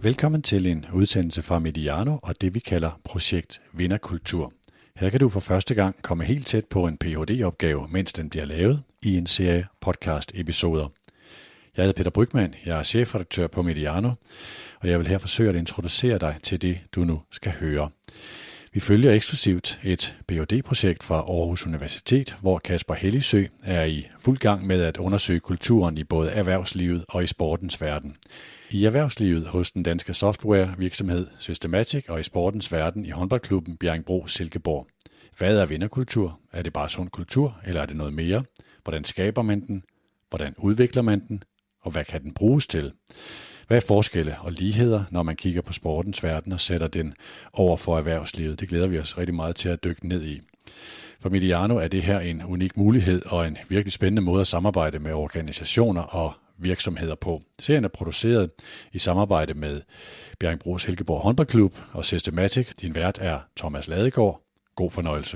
Velkommen til en udsendelse fra Mediano og det vi kalder projekt Vinderkultur. Her kan du for første gang komme helt tæt på en Ph.D.-opgave, mens den bliver lavet i en serie podcast-episoder. Jeg hedder Peter Brygmann, jeg er chefredaktør på Mediano, og jeg vil her forsøge at introducere dig til det, du nu skal høre. Vi følger eksklusivt et Ph.D.-projekt fra Aarhus Universitet, hvor Kasper Helligsø er i fuld gang med at undersøge kulturen i både erhvervslivet og i sportens verden. I erhvervslivet hos den danske softwarevirksomhed Systematic og i sportens verden i håndboldklubben Bjerringbro-Silkeborg. Hvad er vinderkultur? Er det bare sund kultur, eller er det noget mere? Hvordan skaber man den? Hvordan udvikler man den? Og hvad kan den bruges til? Hvad er forskelle og ligheder, når man kigger på sportens verden og sætter den over for erhvervslivet? Det glæder vi os rigtig meget til at dykke ned i. For Mediano er det her en unik mulighed og en virkelig spændende måde at samarbejde med organisationer og virksomheder på. Serien er produceret i samarbejde med Bjerringbro-Silkeborg håndboldklub og Systematic. Din vært er Thomas Ladegaard. God fornøjelse.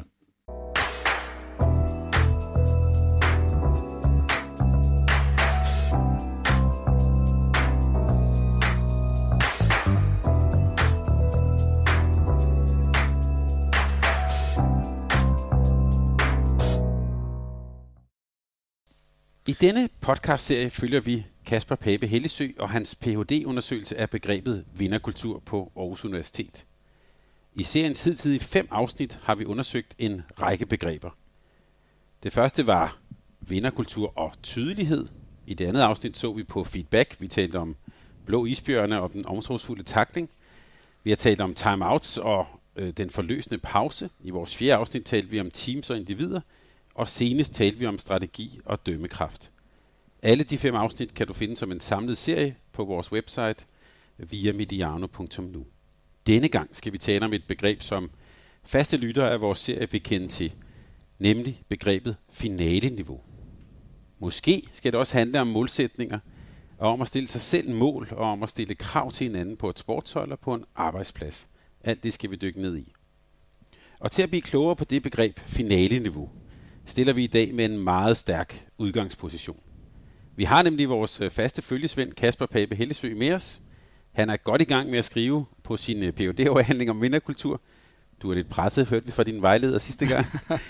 I denne podcastserie følger vi Kasper Pape Helligsø og hans Ph.D.-undersøgelse af begrebet vinderkultur på Aarhus Universitet. I seriens hidtidige 5 afsnit har vi undersøgt en række begreber. Det første var vinderkultur og tydelighed. I det andet afsnit så vi på feedback. Vi talte om blå isbjørne og den omsorgsfulde tackling. Vi har talt om timeouts og den forløsende pause. I vores 4. afsnit talte vi om teams og individer. Og senest talte vi om strategi og dømmekraft. Alle de 5 afsnit kan du finde som en samlet serie på vores website via mediano.nu. Denne gang skal vi tale om et begreb, som faste lyttere af vores serie vil kende til, nemlig begrebet finaleniveau. Måske skal det også handle om målsætninger, og om at stille sig selv mål, og om at stille krav til hinanden på et sportshold og på en arbejdsplads. Alt det skal vi dykke ned i. Og til at blive klogere på det begreb finaleniveau, stiller vi i dag med en meget stærk udgangsposition. Vi har nemlig vores faste følgesvend Kasper Pape Helligsø med os. Han er godt i gang med at skrive på sin Ph.D.-afhandling om vinderkultur. Du er lidt presset, hørte vi fra din vejleder sidste gang.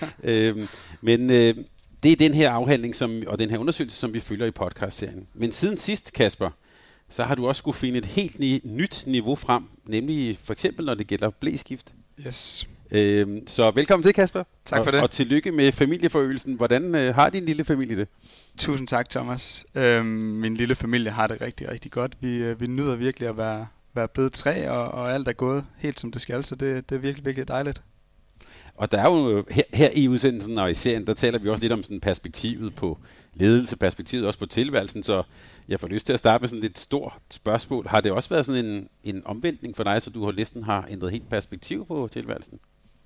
Men det er den her afhandling og den her undersøgelse, som vi følger i podcastserien. Men siden sidst, Kasper, så har du også skulle finde et helt nyt niveau frem, nemlig for eksempel når det gælder blæskift. Yes. Så velkommen til, Kasper. Tak for det. Og tillykke med familieforøgelsen. Hvordan har din lille familie det? Tusind tak, Thomas. Min lille familie har det rigtig, rigtig godt. Vi nyder virkelig at være blevet 3, og alt er gået helt som det skal, så det er virkelig, virkelig dejligt. Og der er jo her i udsendelsen og i serien, der taler vi også lidt om sådan perspektivet på ledelse, perspektivet også på tilværelsen, så jeg får lyst til at starte med sådan et stort spørgsmål. Har det også været sådan en omvæltning for dig, så du næsten har ændret helt perspektiv på tilværelsen?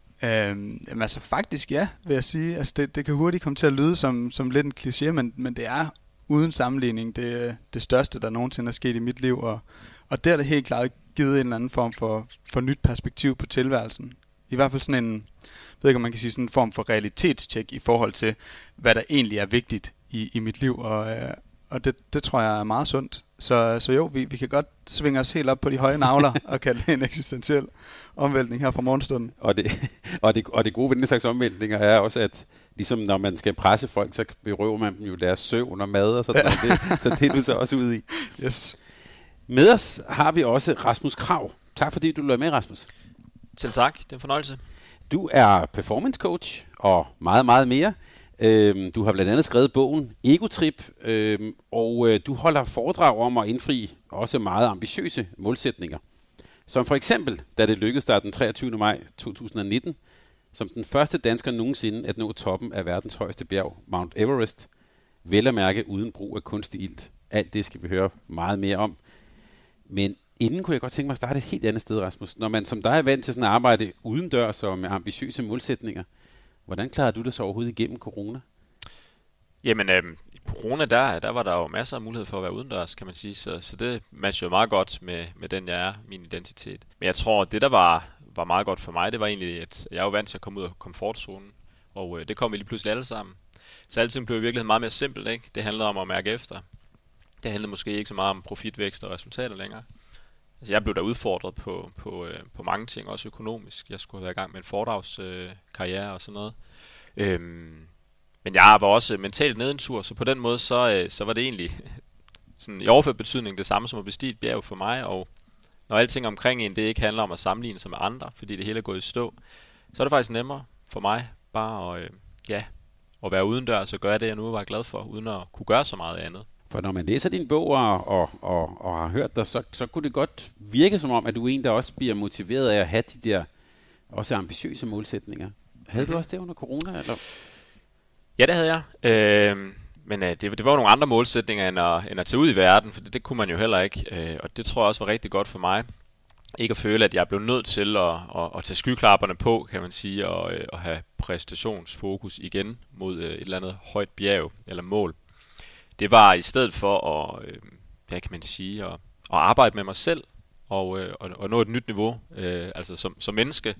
Jamen altså faktisk ja, vil jeg sige. Altså det kan hurtigt komme til at lyde som lidt en kliché, men det er uden sammenligning det største, der nogensinde er sket i mit liv, og det har det helt klart givet en eller anden form for nyt perspektiv på tilværelsen. I hvert fald sådan en, jeg ved ikke om man kan sige sådan en form for realitetstjek i forhold til, hvad der egentlig er vigtigt i mit liv, og det tror jeg er meget sundt. Så jo, vi kan godt svinge os helt op på de høje nagler og kalde det en eksistentiel omvæltning her fra morgenstunden. Og det gode ved den slags omvæltninger er også, at ligesom når man skal presse folk, så berøver man dem jo deres søvn og mad og sådan noget. Så det er du så også ude i. Yes. Med os har vi også Rasmus Krag. Tak fordi du lød med, Rasmus. Selv tak, det er en fornøjelse. Du er performance coach og meget, meget mere. Du har blandt andet skrevet bogen Egotrip, og du holder foredrag om at indfri også meget ambitiøse målsætninger. Som for eksempel, da det lykkedes dig den 23. maj 2019, som den første dansker nogensinde at nå toppen af verdens højeste bjerg, Mount Everest, vel at mærke uden brug af kunstig ilt. Alt det skal vi høre meget mere om. Men inden kunne jeg godt tænke mig at starte et helt andet sted, Rasmus. Når man som dig er vant til sådan at arbejde udendørs og med ambitiøse målsætninger, hvordan klarede du det så overhovedet igennem corona? Jamen, i corona, der var der jo masser af mulighed for at være udendørs, kan man sige. Så det matcher jo meget godt med den, jeg er, min identitet. Men jeg tror, det der var meget godt for mig, det var egentlig, at jeg var vant til at komme ud af komfortzonen. Og det kom vi lige pludselig alle sammen. Så alting blev i virkeligheden meget mere simpelt, ikke? Det handlede om at mærke efter. Det handlede måske ikke så meget om profitvækst og resultater længere. Altså jeg blev da udfordret på mange ting, også økonomisk. Jeg skulle have været i gang med en foredragskarriere og sådan noget. Men jeg var også mentalt nede en tur, så på den måde, så var det egentlig sådan i overført betydning det samme som at bestige et bjerg for mig, og når alting omkring en, det ikke handler om at sammenligne sig med andre, fordi det hele er gået i stå, så er det faktisk nemmere for mig bare at være udendørs og gøre det, jeg nu var glad for, uden at kunne gøre så meget andet. For når man læser din bog og har hørt dig, så kunne det godt virke som om, at du er en, der også bliver motiveret af at have de der også ambitiøse målsætninger. Havde du også det under corona? Eller? Ja, det havde jeg. Men det var jo nogle andre målsætninger end at tage ud i verden, for det kunne man jo heller ikke. Og det tror jeg også var rigtig godt for mig. Ikke at føle, at jeg blev nødt til at tage skyklapperne på, kan man sige, og have præstationsfokus igen mod et eller andet højt bjerg eller mål. Det var i stedet for at arbejde med mig selv og nå et nyt niveau, altså som menneske.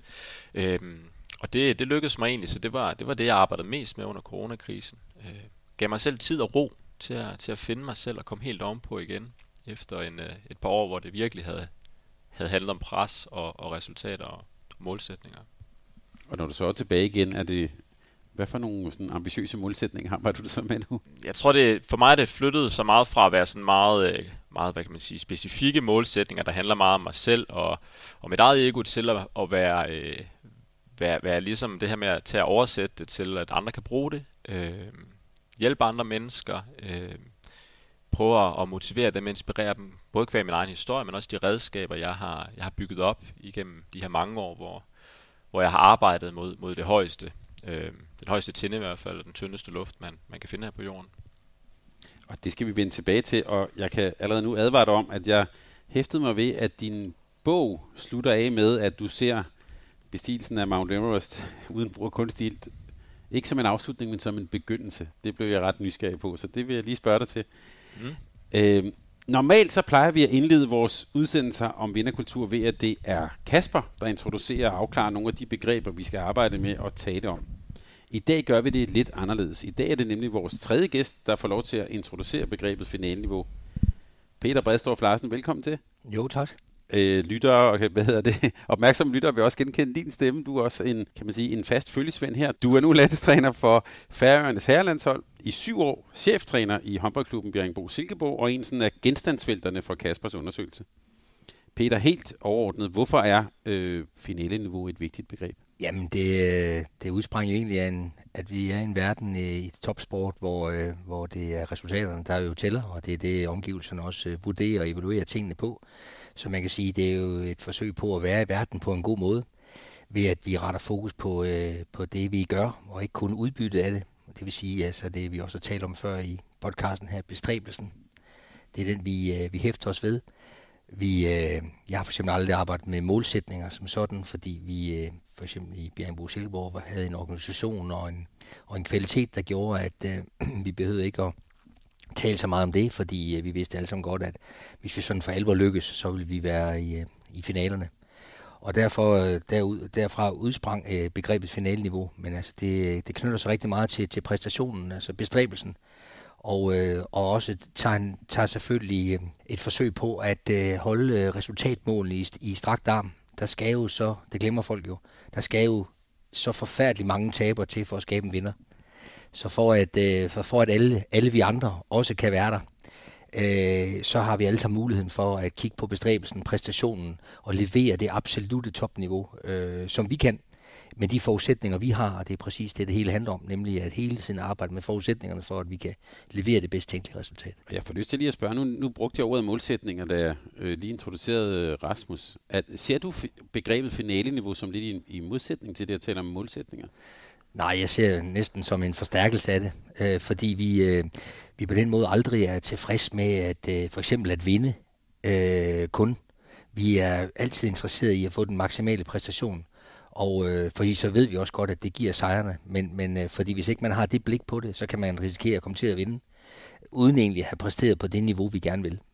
Og det lykkedes mig egentlig, så det var det, jeg arbejdede mest med under coronakrisen. Gav mig selv tid og ro til at finde mig selv og komme helt ovenpå igen, efter et par år, hvor det virkelig havde handlet om pres og resultater og målsætninger. Og når du så er tilbage igen, er det hvad for nogle sådan ambitiøse målsætninger har du så med nu? Jeg tror, for mig det flyttede så meget fra at være sådan meget hvad kan man sige, specifikke målsætninger, der handler meget om mig selv og mit eget ego, til at være ligesom det her med at tage og oversætte det til, at andre kan bruge det, hjælpe andre mennesker, prøve at motivere dem, inspirere dem, både kvæg min egen historie, men også de redskaber, jeg har bygget op igennem de her mange år, hvor jeg har arbejdet mod det højeste. Den højeste tinde i hvert fald, den tyndeste luft, man kan finde her på jorden. Og det skal vi vende tilbage til, og jeg kan allerede nu advare dig om, at jeg hæftede mig ved, at din bog slutter af med, at du ser bestigelsen af Mount Everest uden brug af kunstilt, ikke som en afslutning, men som en begyndelse. Det blev jeg ret nysgerrig på, så det vil jeg lige spørge dig til. Normalt så plejer vi at indlede vores udsendelser om vinderkultur ved, at det er Kasper, der introducerer og afklarer nogle af de begreber, vi skal arbejde med og tale om. I dag gør vi det lidt anderledes. I dag er det nemlig vores tredje gæst, der får lov til at introducere begrebet finaleniveau. Peter Bredstorff Larsen, velkommen til. Jo, tak. Lyttere, opmærksomme lyttere vil også genkende din stemme. Du er også en fast følgesvend her. Du er nu landstræner for Færøernes herrelandshold i 7 år, cheftræner i håndboldklubben Bjerringbro-Silkeborg og en sådan af genstandsfelterne for Kaspers undersøgelse. Peter, helt overordnet, hvorfor er finaleniveau et vigtigt begreb? Jamen, det udsprang jo egentlig af, at vi er i en verden i topsport, hvor det er resultaterne, der jo tæller, og det er det, omgivelserne også vurderer og evaluerer tingene på. Så man kan sige, det er jo et forsøg på at være i verden på en god måde, ved at vi retter fokus på det, vi gør, og ikke kun udbyttet af det. Det vil sige, altså det vi også har talt om før i podcasten her, bestræbelsen. Det er den, vi hæfter os ved. Jeg har for eksempel aldrig arbejdet med målsætninger som sådan, fordi vi for eksempel i Bjerringbro-Silkeborg havde en organisation og en kvalitet, der gjorde, at vi behøvede ikke at tale så meget om det, fordi vi vidste alle sammen godt, at hvis vi sådan for alvor lykkes, så ville vi være i finalerne. Og derfra udsprang begrebet finaleniveau, men altså det knytter sig rigtig meget til præstationen, altså bestræbelsen, og også tager selvfølgelig et forsøg på at holde resultatmålene i strakt arm. Der skal jo så, det glemmer folk jo, der skal jo så forfærdeligt mange taber til for at skabe en vinder. Så for at alle vi andre også kan være der, så har vi alle sammen muligheden for at kigge på bestræbelsen, præstationen og levere det absolutte topniveau, som vi kan med de forudsætninger, vi har, og det er præcis det hele handler om, nemlig at hele tiden arbejde med forudsætningerne for, at vi kan levere det bedst tænkelige resultat. Jeg får lyst til lige at spørge, nu brugte jeg ordet målsætninger, da jeg lige introducerede Rasmus. Ser du begrebet finaleniveau som lidt i modsætning til det at tale om målsætninger? Nej, jeg ser næsten som en forstærkelse af det, fordi vi på den måde aldrig er tilfreds med at for eksempel at vinde kun. Vi er altid interesseret i at få den maksimale præstation, og fordi så ved vi også godt, at det giver sejrene, men fordi hvis ikke man har det blik på det, så kan man risikere at komme til at vinde uden egentlig at have præsteret på det niveau, vi gerne vil.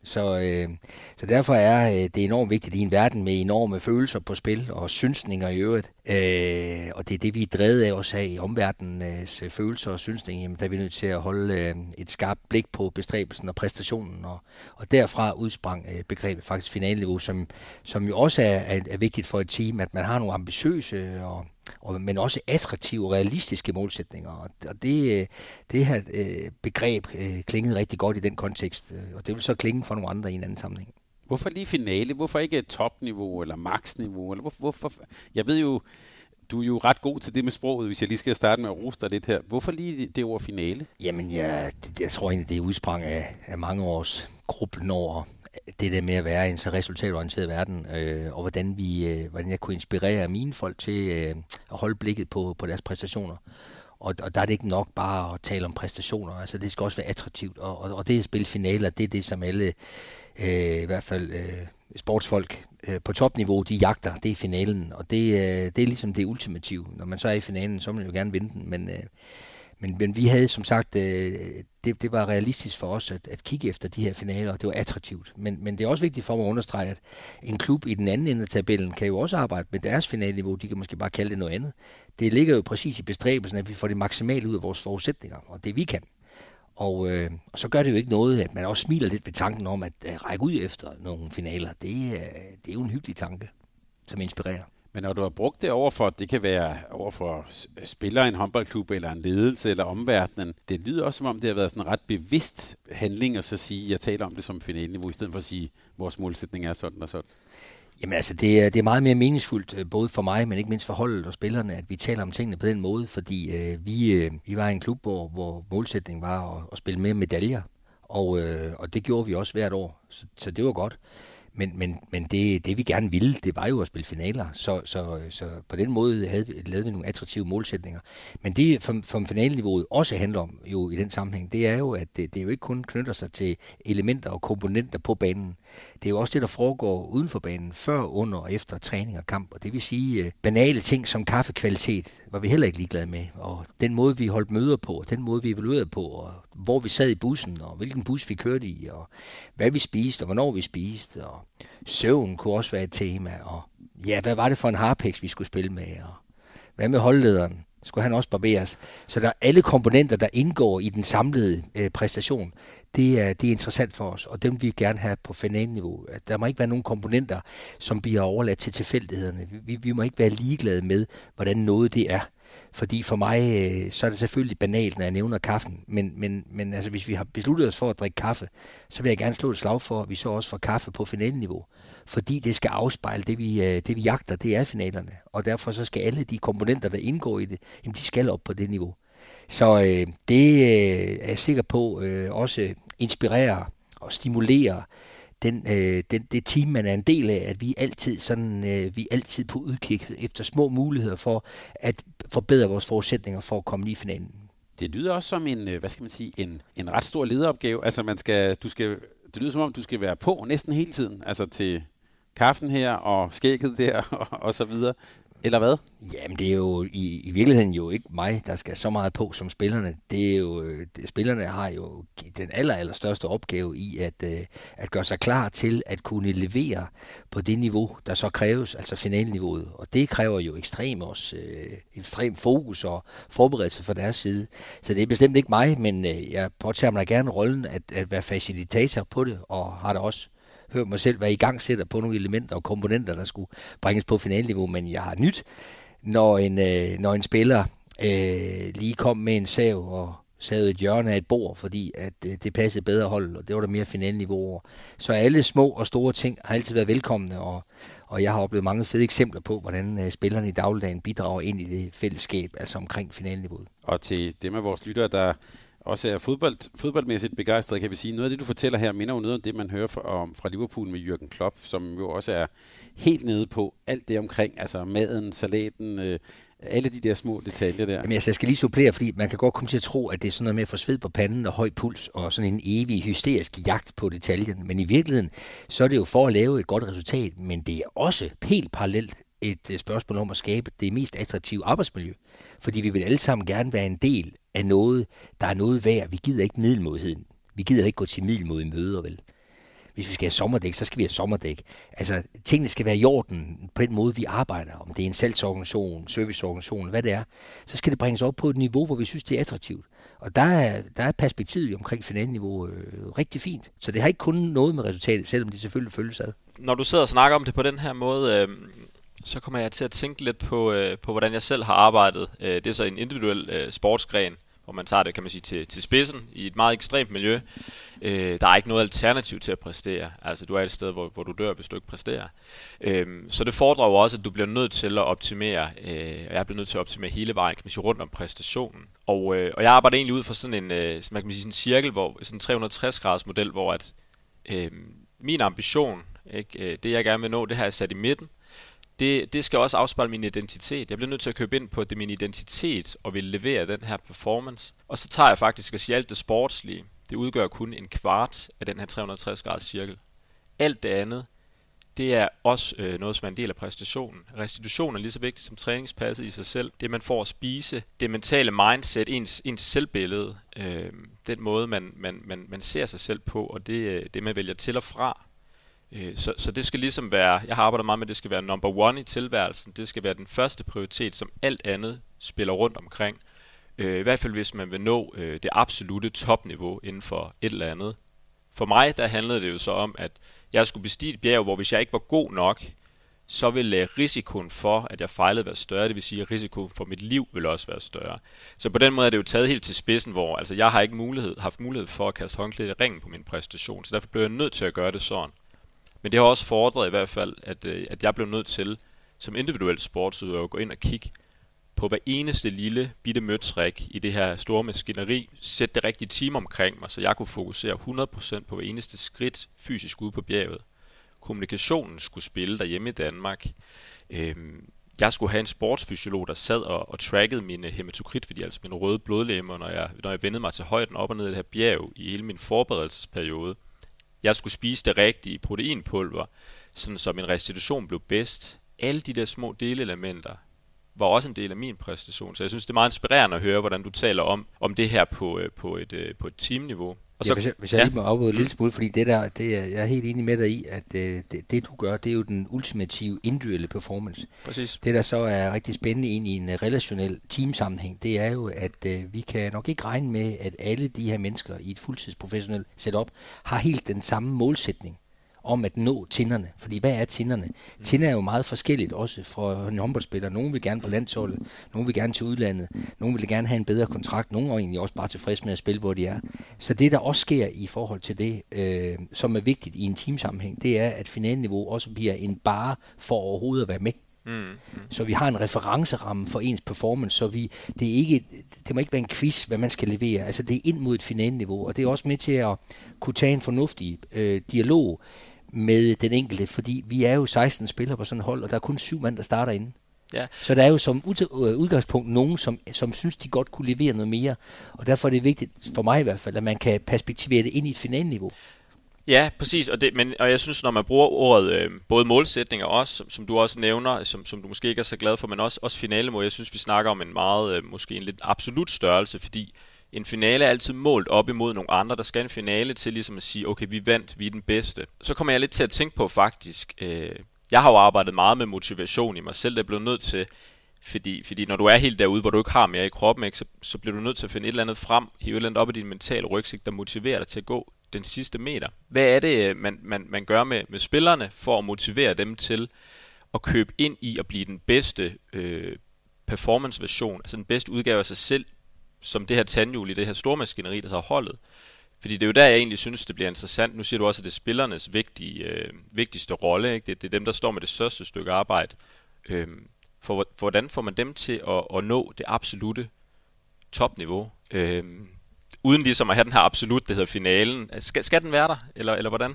Så derfor er det enormt vigtigt i en verden med enorme følelser på spil og synsninger i øvrigt. Og det er det, vi er drevet af også af i omverdenens følelser og synsninger. Jamen, der er vi nødt til at holde et skarpt blik på bestræbelsen og præstationen. Og derfra udsprang begrebet faktisk finaleniveau, som jo også er vigtigt for et team, at man har nogle ambitiøse men også attraktive og realistiske målsætninger. Og det her begreb klingede rigtig godt i den kontekst, og det vil så klinge for nogle andre i en anden sammenhæng. Hvorfor lige finale? Hvorfor ikke et topniveau eller maksniveau? Eller hvorfor? Jeg ved jo, du er jo ret god til det med sproget, hvis jeg lige skal starte med at rose dig lidt her. Hvorfor lige det ord finale? Jamen, jeg tror egentlig, det er udsprang af mange års grublen over det der med at være i en så resultatorienteret verden, og hvordan jeg kunne inspirere mine folk til at holde blikket på deres præstationer. Og der er det ikke nok bare at tale om præstationer, altså det skal også være attraktivt, og det at spille finaler, det er det, som alle, i hvert fald sportsfolk på topniveau, de jagter, det er finalen, og det er ligesom det ultimative. Når man så er i finalen, så vil man jo gerne vinde den, men vi havde som sagt, det var realistisk for os at kigge efter de her finaler, og det var attraktivt. Men det er også vigtigt for mig at understrege, at en klub i den anden ende af tabellen kan jo også arbejde med deres finalniveau. De kan måske bare kalde det noget andet. Det ligger jo præcis i bestræbelsen, at vi får det maksimale ud af vores forudsætninger, og det vi kan. Og så gør det jo ikke noget, at man også smiler lidt ved tanken om at række ud efter nogle finaler. Det er jo en hyggelig tanke, som inspirerer. Men når du har brugt det overfor, det kan være overfor spillere i en håndboldklub, eller en ledelse, eller omverdenen, det lyder også som om, det har været sådan en ret bevidst handling, at så sige, jeg taler om det som finaleniveau, i stedet for at sige, vores målsætning er sådan og sådan. Jamen altså, det er meget mere meningsfuldt, både for mig, men ikke mindst for holdet og spillerne, at vi taler om tingene på den måde, fordi vi var i en klub, hvor målsætningen var at spille med medaljer, og det gjorde vi også hvert år, så det var godt. Men det vi gerne ville, det var jo at spille finaler, så på den måde lavede vi nogle attraktive målsætninger. Men det, som finaleniveauet også handler om jo i den sammenhæng, det er jo, at det jo ikke kun knytter sig til elementer og komponenter på banen. Det er jo også det, der foregår uden for banen, før, under og efter træning og kamp. Og det vil sige, banale ting som kaffekvalitet var vi heller ikke ligeglade med. Og den måde, vi holdt møder på, og den måde, vi evaluerede på, og hvor vi sad i bussen, og hvilken bus vi kørte i, og hvad vi spiste, og hvornår vi spiste, og søvn kunne også være et tema, og ja, hvad var det for en harpex, vi skulle spille med, og hvad med holdlederen? Skulle han også barberes? Så der er alle komponenter, der indgår i den samlede præstation. Det er interessant for os, og dem vil vi gerne have på finaleniveau. Der må ikke være nogen komponenter, som bliver overladt til tilfældighederne. Vi må ikke være ligeglade med, hvordan noget det er. Fordi for mig, så er det selvfølgelig banalt, når jeg nævner kaffen. Men altså, hvis vi har besluttet os for at drikke kaffe, så vil jeg gerne slå et slag for, at vi så også får kaffe på finaleniveau. Fordi det skal afspejle det vi jagter, det er finalerne. Og derfor så skal alle de komponenter, der indgår i det, jamen, de skal op på det niveau. Så det er jeg sikker på også inspirerer og stimulerer det team, man er en del af, at vi er altid på udkig efter små muligheder for at forbedre vores forudsætninger for at komme lige i finalen. Det lyder også som en ret stor lederopgave. Altså det lyder som om, du skal være på næsten hele tiden, altså til kaffen her og skægget der og så videre. Eller hvad? Jamen, det er jo i virkeligheden jo ikke mig, der skal så meget på som spillerne. Det er jo, spillerne har jo den allerstørste opgave i at gøre sig klar til at kunne levere på det niveau, der så kræves, altså finaleniveauet. Og det kræver jo ekstrem fokus og forberedelse fra deres side. Så det er bestemt ikke mig, men jeg påtager mig gerne rollen at være facilitator på det, og har da også hørt mig selv være i gang sætter på nogle elementer og komponenter, der skulle bringes på finaleniveau, men jeg har nyt, når en spiller lige kom med en sav og savede et hjørne af et bord, fordi at det passede bedre hold, og det var der mere finaleniveau over. Så alle små og store ting har altid været velkomne, og jeg har oplevet mange fede eksempler på, hvordan spillerne i dagligdagen bidrager ind i det fællesskab, altså omkring finaleniveauet. Og til dem af vores lyttere, der også er fodboldmæssigt begejstret, kan vi sige. Noget af det, du fortæller her, minder jo noget om det, man hører fra Liverpool med Jürgen Klopp, som jo også er helt nede på alt det omkring, altså maden, salaten, alle de der små detaljer der. Jamen, jeg skal lige supplere, fordi man kan godt komme til at tro, at det er sådan noget med at få sved på panden og høj puls og sådan en evig hysterisk jagt på detaljen. Men i virkeligheden, så er det jo for at lave et godt resultat, men det er også helt parallelt et spørgsmål om at skabe det mest attraktive arbejdsmiljø. Fordi vi vil alle sammen gerne være en del af noget, der er noget værd. Vi gider ikke middelmådigheden. Vi gider ikke gå til middelmådige møder, vel? Hvis vi skal have sommerdæk, så skal vi have sommerdæk. Altså, tingene skal være i orden på den måde, vi arbejder. Om det er en salgsorganisation, serviceorganisation, hvad det er, så skal det bringes op på et niveau, hvor vi synes, det er attraktivt. Og der er perspektivet omkring finaleniveau rigtig fint. Så det har ikke kun noget med resultatet, selvom det selvfølgelig følges ad. Når du sidder og snakker om det på den her måde, så kommer jeg til at tænke lidt på hvordan jeg selv har arbejdet. Det er så en individuel sportsgren, hvor man tager det, kan man sige, til spidsen i et meget ekstremt miljø. Der er ikke noget alternativ til at præstere. Altså, du er et sted, hvor du dør, hvis du ikke præsterer. Så det fordrer jo også, at du bliver nødt til at optimere, og jeg bliver nødt til at optimere hele vejen, kan man sige, rundt om præstationen. Og jeg arbejder egentlig ud fra sådan en, man kan sige, en cirkel, sådan en 360-graders model, hvor at min ambition, ikke, det jeg gerne vil nå, det har jeg sat i midten. Det skal også afspejle min identitet. Jeg bliver nødt til at købe ind på, at det er min identitet og vil levere den her performance. Og så tager jeg faktisk at sige, alt det sportslige, det udgør kun en kvart af den her 360-graders cirkel. Alt det andet, det er også noget, som er en del af præstationen. Restitution er lige så vigtigt som træningspasset i sig selv. Det, man får at spise, det mentale mindset, ens selvbillede, den måde, man ser sig selv på, og det man vælger til og fra. Så det skal ligesom være, jeg har arbejdet meget med, det skal være number one i tilværelsen. Det skal være den første prioritet, som alt andet spiller rundt omkring. I hvert fald hvis man vil nå det absolute topniveau inden for et eller andet. For mig, der handlede det jo så om, at jeg skulle bestige et bjerg, hvor hvis jeg ikke var god nok, så ville risikoen for, at jeg fejlede, være større. Det vil sige, at risikoen for mit liv ville også være større. Så på den måde er det jo taget helt til spidsen, hvor altså, jeg har ikke haft mulighed for at kaste håndklædet i ringen på min præstation. Så derfor blev jeg nødt til at gøre det sådan. Men det har også fordret i hvert fald, at jeg blev nødt til, som individuel sportsudøver, at gå ind og kigge på hver eneste lille bitte møtrik i det her store maskineri, sætte det rigtige team omkring mig, så jeg kunne fokusere 100% på hver eneste skridt fysisk ude på bjerget. Kommunikationen skulle spille derhjemme i Danmark. Jeg skulle have en sportsfysiolog, der sad og trackede mine hæmatokritværdier, altså mine røde blodlegemer, når jeg vendede mig til højden op og ned i det her bjerg i hele min forberedelsesperiode. Jeg skulle spise det rigtige proteinpulver, sådan så min restitution blev bedst. Alle de der små delelementer var også en del af min præstation, så jeg synes, det er meget inspirerende at høre, hvordan du taler om det her på et teamniveau. Og så, hvis jeg lige må afbryde en lille smule, fordi jeg er helt enig med dig i, at det du gør, det er jo den ultimative individuelle performance. Præcis. Det, der så er rigtig spændende ind i en relationel teamsammenhæng, det er jo, at vi kan nok ikke regne med, at alle de her mennesker i et fuldtidsprofessionelt setup har helt den samme målsætning om at nå tinderne. Fordi hvad er tinderne? Tinder er jo meget forskelligt, også fra en håndboldspiller. Nogle vil gerne på landsholdet, nogle vil gerne til udlandet, nogle vil gerne have en bedre kontrakt, nogle er egentlig også bare tilfredse med at spille, hvor de er. Så det, der også sker i forhold til det, som er vigtigt i en teamsammenhæng, det er, at finaleniveau også bliver en barre for overhovedet at være med. Så vi har en referenceramme for ens performance, så det må ikke være en quiz, hvad man skal levere. Altså det er ind mod et finaleniveau, og det er også med til at kunne tage en fornuftig dialog med den enkelte, fordi vi er jo 16 spillere på sådan et hold, og der er kun 7 mand, der starter inde. Ja. Så der er jo som udgangspunkt nogen, som synes, de godt kunne levere noget mere, og derfor er det vigtigt, for mig i hvert fald, at man kan perspektivere det ind i et finaleniveau. Ja, præcis, og jeg synes, når man bruger ordet både målsætninger også, som du også nævner, som du måske ikke er så glad for, men også finaleniveau, jeg synes, vi snakker om en meget, måske en lidt absolut størrelse, fordi en finale er altid målt op imod nogle andre. Der skal en finale til ligesom at sige, okay, vi vandt, vi er den bedste. Så kommer jeg lidt til at tænke på faktisk, jeg har jo arbejdet meget med motivation i mig selv, der er blevet nødt til, fordi når du er helt derude, hvor du ikke har mere i kroppen, ikke, så bliver du nødt til at finde et eller andet frem, hive et eller andet op i din mentale rygsæk, der motiverer dig til at gå den sidste meter. Hvad er det, man gør med spillerne for at motivere dem til at købe ind i at blive den bedste performance-version, altså den bedste udgave af sig selv, som det her tandhjul i det her store maskineri, der hedder holdet. Fordi det er jo der, jeg egentlig synes, det bliver interessant. Nu siger du også, at det er spillernes vigtigste rolle. Ikke? Det er dem, der står med det største stykke arbejde. For hvordan får man dem til at nå det absolute topniveau? Uden ligesom at have den her absolut, det hedder finalen. Skal den være der, eller hvordan?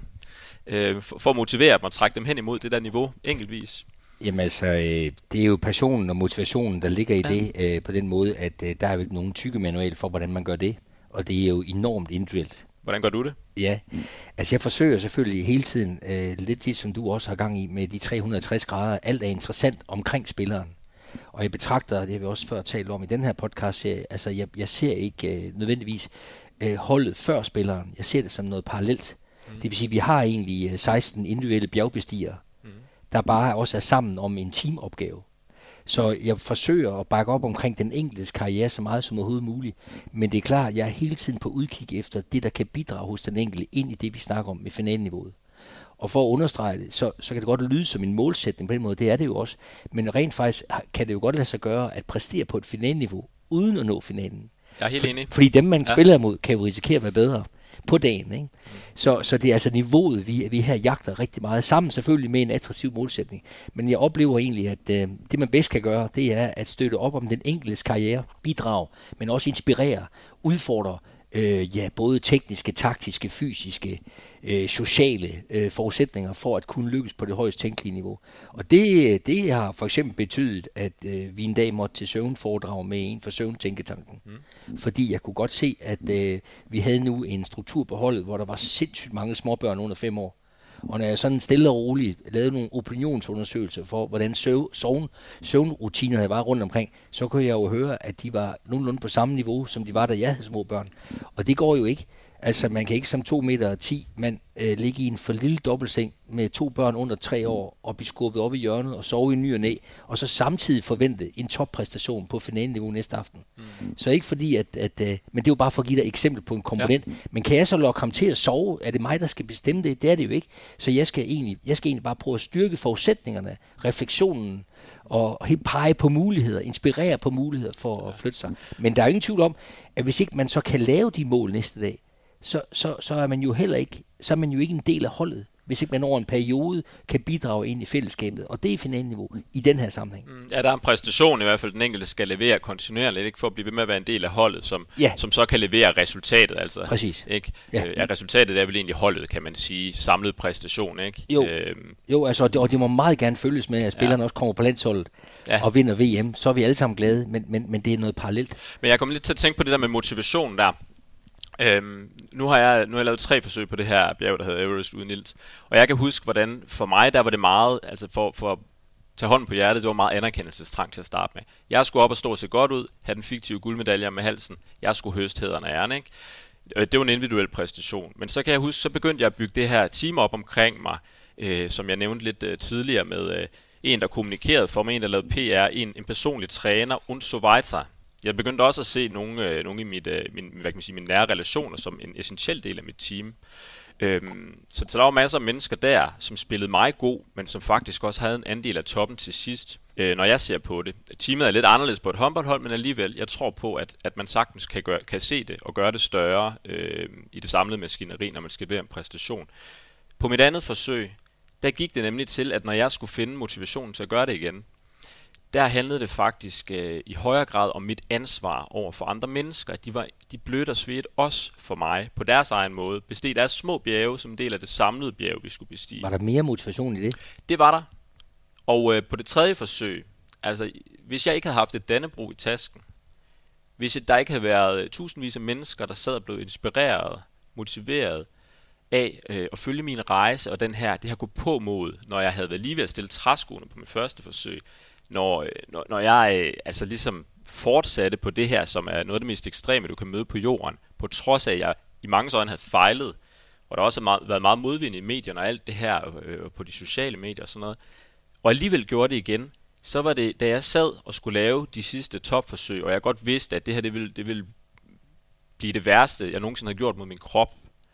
For at motivere dem og trække dem hen imod det der niveau enkeltvis. Jamen altså, det er jo passionen og motivationen, der ligger i det på den måde, at der er jo ikke nogen tykke manual for, hvordan man gør det. Og det er jo enormt individuelt. Hvordan gør du det? Ja, altså jeg forsøger selvfølgelig hele tiden, lidt det som du også har gang i, med de 360 grader. Alt er interessant omkring spilleren. Og jeg betragter, det har vi også før talt om i den her podcast, altså jeg ser ikke nødvendigvis holdet før spilleren. Jeg ser det som noget parallelt. Det vil sige, at vi har egentlig 16 individuelle bjergbestigere, der bare også er sammen om en teamopgave. Så jeg forsøger at bakke op omkring den enkeltes karriere så meget som overhovedet muligt. Men det er klart, at jeg er hele tiden på udkig efter det, der kan bidrage hos den enkelte ind i det, vi snakker om med finaleniveauet. Og for at understrege det, så kan det godt lyde som en målsætning på den måde, det er det jo også. Men rent faktisk kan det jo godt lade sig gøre at præstere på et finaleniveau, uden at nå finalen. Jeg er helt enig. Fordi dem, man spiller mod, kan jo risikere at være bedre på dagen. Ikke? Så det er altså niveauet, vi her jagter rigtig meget sammen, selvfølgelig med en attraktiv målsætning. Men jeg oplever egentlig, at det man bedst kan gøre, det er at støtte op om den enkeltes karriere, bidrag, men også inspirere, udfordre både tekniske, taktiske, fysiske, sociale forudsætninger for at kunne lykkes på det højst tænkelige niveau. Og det har for eksempel betydet, at vi en dag måtte til søvnforedrag med en fra Søvntænketanken. Fordi jeg kunne godt se, at vi havde nu en struktur på holdet, hvor der var sindssygt mange småbørn under 5 år. Og når jeg sådan stille og roligt lavede nogle opinionsundersøgelser for, hvordan søvnrutinerne var rundt omkring, så kunne jeg jo høre, at de var nogenlunde på samme niveau, som de var, da jeg havde små børn. Og det går jo ikke. Altså, man kan ikke som 2,10 meter mand ligge i en for lille dobbeltseng med 2 børn under 3 år og blive skubbet op i hjørnet og sove i ny og næ, og så samtidig forvente en toppræstation på finaleniveau næste aften. Så ikke fordi, men det er jo bare for at give dig et eksempel på en komponent. Ja. Men kan jeg så lokke ham til at sove? Er det mig, der skal bestemme det? Det er det jo ikke. Så jeg skal egentlig bare prøve at styrke forudsætningerne, refleksionen, og helt pege på muligheder, inspirere på muligheder for at flytte sig. Men der er ingen tvivl om, at hvis ikke man så kan lave de mål næste dag, så er man jo heller ikke, så er man jo ikke en del af holdet, hvis ikke man over en periode kan bidrage ind i fællesskabet, og det er finaleniveau i den her sammenhæng. Ja, der er en præstation i hvert fald, den enkelte skal levere kontinuerligt, ikke, for at blive ved med at være en del af holdet, som så kan levere resultatet. Altså, præcis. Ikke? Ja, resultatet er vel egentlig holdet, kan man sige, samlet præstation, ikke? Jo, altså, og det må meget gerne følges med, at spillerne også kommer på landsholdet og vinder VM, så er vi alle sammen glade, men det er noget parallelt. Men jeg kommer lidt til at tænke på det der med motivation der. Nu har jeg lavet 3 forsøg på det her bjerg, der hedder Everest uden ilt. Og jeg kan huske, hvordan for mig, der var det meget, altså for at tage hånden på hjertet, det var meget anerkendelsestrang til at starte med. Jeg skulle op og stå og se godt ud, have den fiktive guldmedalje med halsen. Jeg skulle høste hæderne af æren, ikke? Det var en individuel præstation. Men så kan jeg huske, så begyndte jeg at bygge det her team op omkring mig, som jeg nævnte lidt tidligere med en, der kommunikerede for mig, en, der lavede PR, en personlig træner, und so weiter. Jeg begyndte også at se nogle i mine nære relationer som en essentiel del af mit team. Så der var masser af mennesker der, som spillede mig god, men som faktisk også havde en andel af toppen til sidst, når jeg ser på det. Teamet er lidt anderledes på et håndboldhold, men alligevel, jeg tror på, at man sagtens kan se det og gøre det større i det samlede maskineri, når man skal være en præstation. På mit andet forsøg, der gik det nemlig til, at når jeg skulle finde motivationen til at gøre det igen, der handlede det faktisk i højere grad om mit ansvar over for andre mennesker. De blødte og svedte også for mig på deres egen måde. Besteg deres små bjerge som en del af det samlede bjerge, vi skulle bestige. Var der mere motivation i det? Det var der. Og på det 3. forsøg, altså hvis jeg ikke havde haft et Dannebrog i tasken, hvis der ikke havde været tusindvis af mennesker, der sad og blev inspireret, motiveret af at følge min rejse og det her gå på mod, når jeg havde været lige ved at stille træskoene på mit første forsøg, når jeg altså ligesom fortsatte på det her, som er noget af det mest ekstreme, du kan møde på jorden, på trods af, at jeg i mange øjne havde fejlet, og der også har været meget modvind i medierne og alt det her, på de sociale medier og sådan noget, og alligevel gjorde det igen, så var det, da jeg sad og skulle lave de sidste topforsøg, og jeg godt vidste, at det her, det ville blive det værste, jeg nogensinde har gjort mod min krop,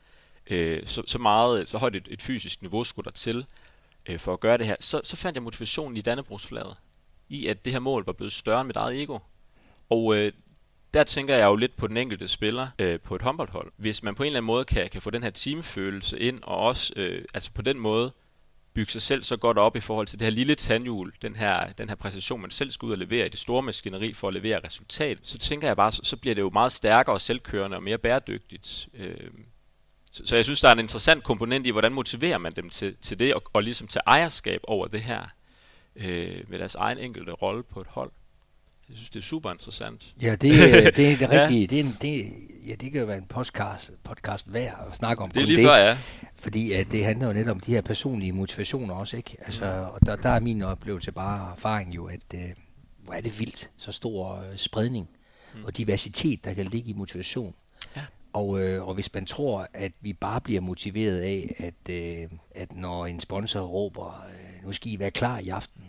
så højt et fysisk niveau skulle der til, for at gøre det her, så fandt jeg motivationen i Dannebrogsflaget, i at det her mål var blevet større end mit eget ego. Og der tænker jeg jo lidt på den enkelte spiller på et håndboldhold. Hvis man på en eller anden måde kan få den her teamfølelse ind, og også altså på den måde bygge sig selv så godt op i forhold til det her lille tandhjul, den her præstation, man selv skal ud og levere i det store maskineri for at levere resultat, så tænker jeg bare, så bliver det jo meget stærkere og selvkørende og mere bæredygtigt. Så jeg synes, der er en interessant komponent i, hvordan motiverer man dem til det, og ligesom til ejerskab over det her, med deres egen enkelte rolle på et hold. Jeg synes, det er super interessant. Ja, det er det rigtige. Det kan jo være en podcast værd at snakke om. Det er lige før, ja. Fordi det handler jo netop om de her personlige motivationer også, ikke? Altså, og der er min oplevelse bare erfaring jo, at hvor er det vildt, så stor spredning og diversitet, der kan ligge i motivation. Ja. Og hvis man tror, at vi bare bliver motiveret af, at når en sponsor råber, nu skal I være klar i aften.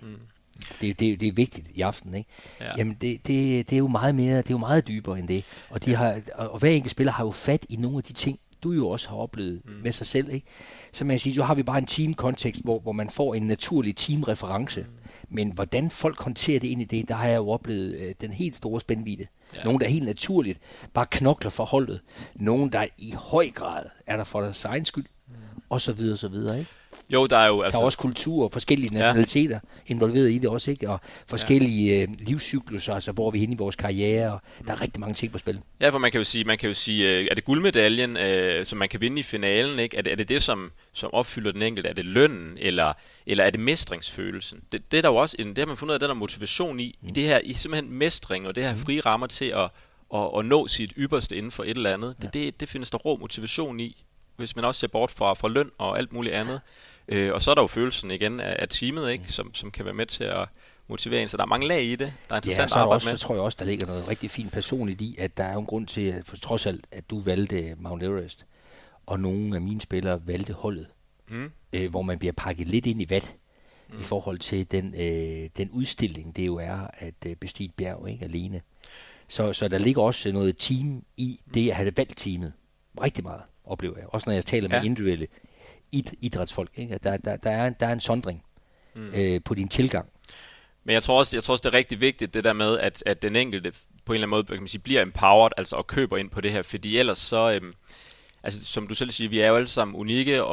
Det er vigtigt i aften, ikke? Ja. Jamen det er jo meget mere, det er jo meget dybere end det. Og hver enkelt spiller har jo fat i nogle af de ting, du jo også har oplevet med sig selv, ikke? Så man siger, så har vi bare en teamkontekst, hvor man får en naturlig teamreference. Men hvordan folk håndterer det ind i det, der har jeg jo oplevet den helt store spændvidde. Ja. Nogen, der helt naturligt bare knokler for holdet. Nogen, der i høj grad er der for deres egen skyld. Og så videre, så videre, ikke? Jo, der er jo altså... Der er også kultur og forskellige nationaliteter involveret i det også, ikke? Og forskellige livscykluser, altså hvor vi er henne i vores karriere, og der er rigtig mange ting på spil. Ja, for man kan jo sige, er det guldmedaljen, som man kan vinde i finalen, ikke? Er det som opfylder den enkelte? Er det lønnen, eller er det mestringsfølelsen? Det er der jo også, det har man fundet ud af, der er motivation i det her, i simpelthen mestring, og det her frie rammer til at nå sit ypperste inden for et eller andet. Det findes der rå motivation i, hvis man også ser bort fra løn og alt muligt andet. Og så er der jo følelsen igen af teamet, ikke? Som kan være med til at motivere en. Så der er mange lag i det. Der er interessant at arbejde med. Så tror jeg også, der ligger noget rigtig fint personligt i, at der er en grund til, at for trods alt, at du valgte Mount Everest, og nogle af mine spillere valgte holdet, hvor man bliver pakket lidt ind i vat, i forhold til den udstilling, det jo er at bestige et bjerg, ikke alene. Så der ligger også noget team i det at have valgt teamet. Rigtig meget, oplever jeg. Også når jeg taler med individuelle idrætsfolk, ikke? Der er en sondring på din tilgang. Men jeg tror også, det er rigtig vigtigt, det der med, at den enkelte på en eller anden måde, kan man sige, bliver empowered, altså og køber ind på det her, fordi ellers så, altså som du selv siger, vi er jo alle sammen unikke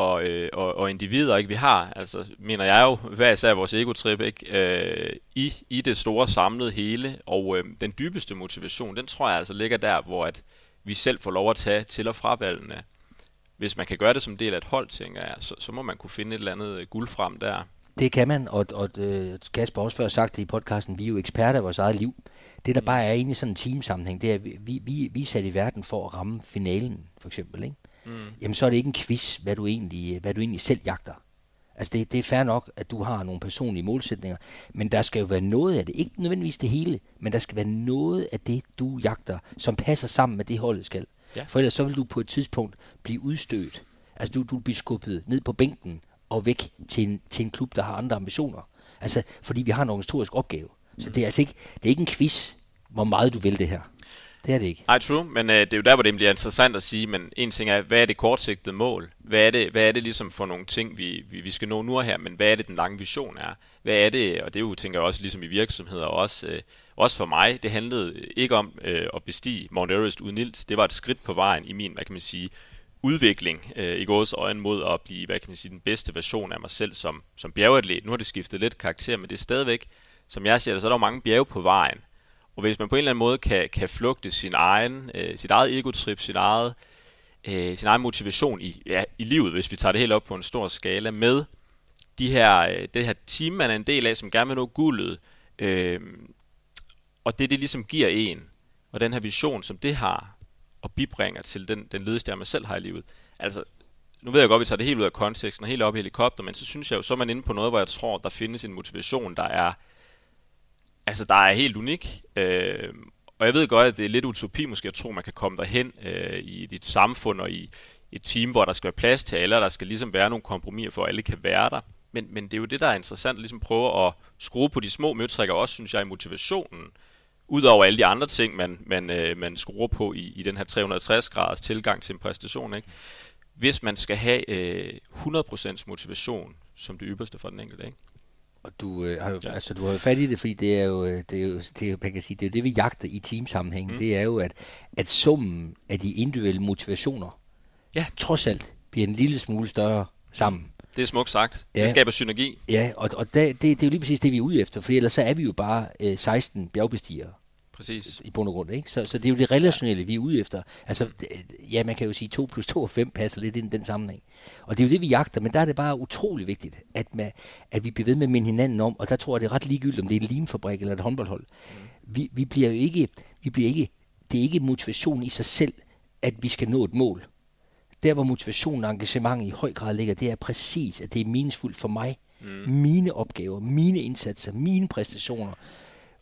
og individer, ikke? Vi har, altså mener jeg jo, hver især vores egotrip, ikke? I det store samlede hele, og den dybeste motivation, den tror jeg altså ligger der, hvor at vi selv får lov at tage til- og fravalgene. Hvis man kan gøre det som del af et hold, tænker jeg, så må man kunne finde et eller andet guld frem der. Det kan man, og Kasper også før sagt det i podcasten, vi er jo eksperter af vores eget liv. Det der bare er inde i sådan en teamsammenhæng, det er, at vi er sat i verden for at ramme finalen, for eksempel, ikke? Jamen så er det ikke en quiz, hvad du egentlig selv jagter. Altså det er fair nok, at du har nogle personlige målsætninger, men der skal jo være noget af det, ikke nødvendigvis det hele, men der skal være noget af det, du jagter, som passer sammen med det holdet skal. Ja. For ellers så vil du på et tidspunkt blive udstødt. Altså du bliver skubbet ned på bænken og væk til en klub, der har andre ambitioner. Altså fordi vi har en organisatorisk opgave. Så det er altså ikke en quiz, hvor meget du vil det her. Det er det ikke. Nej, true, men det er jo der, hvor det bliver interessant at sige, men en ting er, hvad er det kortsigtede mål? Hvad er det ligesom for nogle ting, vi skal nå nu og her, men hvad er det, den lange vision er? Hvad er det, og det er jo, tænker jeg også, ligesom i virksomheder, også for mig, det handlede ikke om at bestige Mount Everest uden ilt. Det var et skridt på vejen i min, hvad kan man sige, udvikling i gås øjne mod at blive, hvad kan man sige, den bedste version af mig selv som bjergatlet. Nu har det skiftet lidt karakter, men det er stadigvæk, som jeg siger, så er der jo mange bjerge på vejen. Og hvis man på en eller anden måde kan flugte sit eget egotrip, sin egen motivation i livet, hvis vi tager det helt op på en stor skala, med det her team, man er en del af, som gerne vil nå guldet, og det ligesom giver en, og den her vision, som det har, og bibringer til den ledestjerne, man selv har i livet. Altså, nu ved jeg godt, at vi tager det helt ud af konteksten og helt op i helikopter, men så synes jeg jo, så er man inde på noget, hvor jeg tror, der findes en motivation, der er helt unik. Og jeg ved godt, at det er lidt utopi måske at tro, man kan komme derhen i et samfund og i et team, hvor der skal være plads til alle, og der skal ligesom være nogle kompromiser for, at alle kan være der. Men det er jo det, der er interessant, at ligesom prøve at skrue på de små møtrikker, også synes jeg, i motivationen, udover alle de andre ting, man skruer på i den her 360-graders tilgang til en præstation, ikke? Hvis man skal have 100% motivation som det ypperste for den enkelte, ikke? Og du har jo fat i det, fordi det er jo man kan sige, det er jo det, vi jagter i teamsammenhæng. Det er jo, at summen af de individuelle motivationer, trods alt, bliver en lille smule større sammen. Det er smukt sagt. Ja. Det skaber synergi. Ja, og det er jo lige præcis det, vi er ude efter, for ellers så er vi jo bare 16 bjergbestigere. Præcis. I bund og grund, ikke? Så det er jo det relationelle, vi er ude efter. Altså, ja, man kan jo sige, 2 + 2 = 5 passer lidt ind i den sammenhæng. Og det er jo det, vi jagter, men der er det bare utrolig vigtigt, at vi bliver ved med at minde hinanden om, og der tror jeg, det er ret ligegyldigt, om det er en limfabrik eller et håndboldhold. Vi bliver ikke, det er ikke motivation i sig selv, at vi skal nå et mål. Der, hvor motivationen og engagement i høj grad ligger, det er præcis, at det er meningsfuldt for mig. Mine opgaver, mine indsatser, mine præstationer.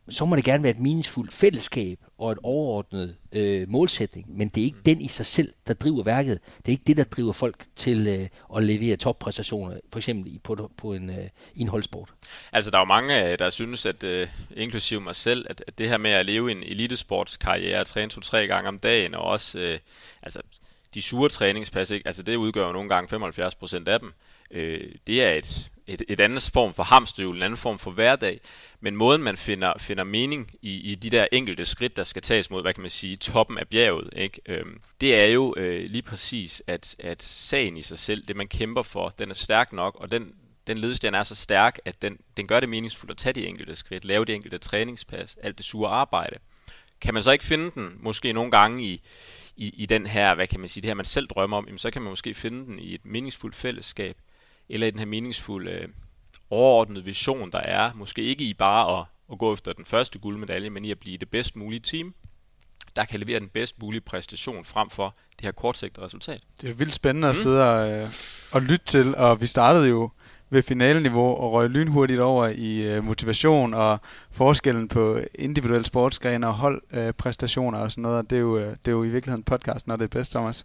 så må det gerne være et meningsfuldt fællesskab og et overordnet målsætning, men det er ikke den i sig selv, der driver værket. Det er ikke det, der driver folk til at levere toppræstationer, for eksempel på en holdsport. Altså, der er jo mange, der synes, at inklusive mig selv, at det her med at leve en elitesportskarriere, træne 2-3 gange om dagen, og også altså de sure træningspas, ikke? Altså det udgør jo nogle gange 75% af dem. Det er et andet form for hamsterhjul, en anden form for hverdag, men måden man finder mening i de der enkelte skridt, der skal tages mod, hvad kan man sige, toppen af bjerget, ikke? Det er jo lige præcis, at sagen i sig selv, det man kæmper for, den er stærk nok, og den ledestjerne er så stærk, at den gør det meningsfuldt at tage de enkelte skridt, lave de enkelte træningspas, alt det sure arbejde. Kan man så ikke finde den, måske nogle gange i den her, hvad kan man sige, det her man selv drømmer om, jamen, så kan man måske finde den i et meningsfuldt fællesskab, eller i den her meningsfulde overordnede vision, der er. Måske ikke i bare at gå efter den første guldmedalje, men i at blive det bedst mulige team, der kan levere den bedst mulige præstation frem for det her kortsigtede resultat. Det er vildt spændende at sidde og lytte til, og vi startede jo ved finaleniveau og røg lynhurtigt over i motivation og forskellen på individuelle sportsgrene og holdpræstationer og sådan noget. Og det er jo i virkeligheden podcast, når det er bedst, Thomas.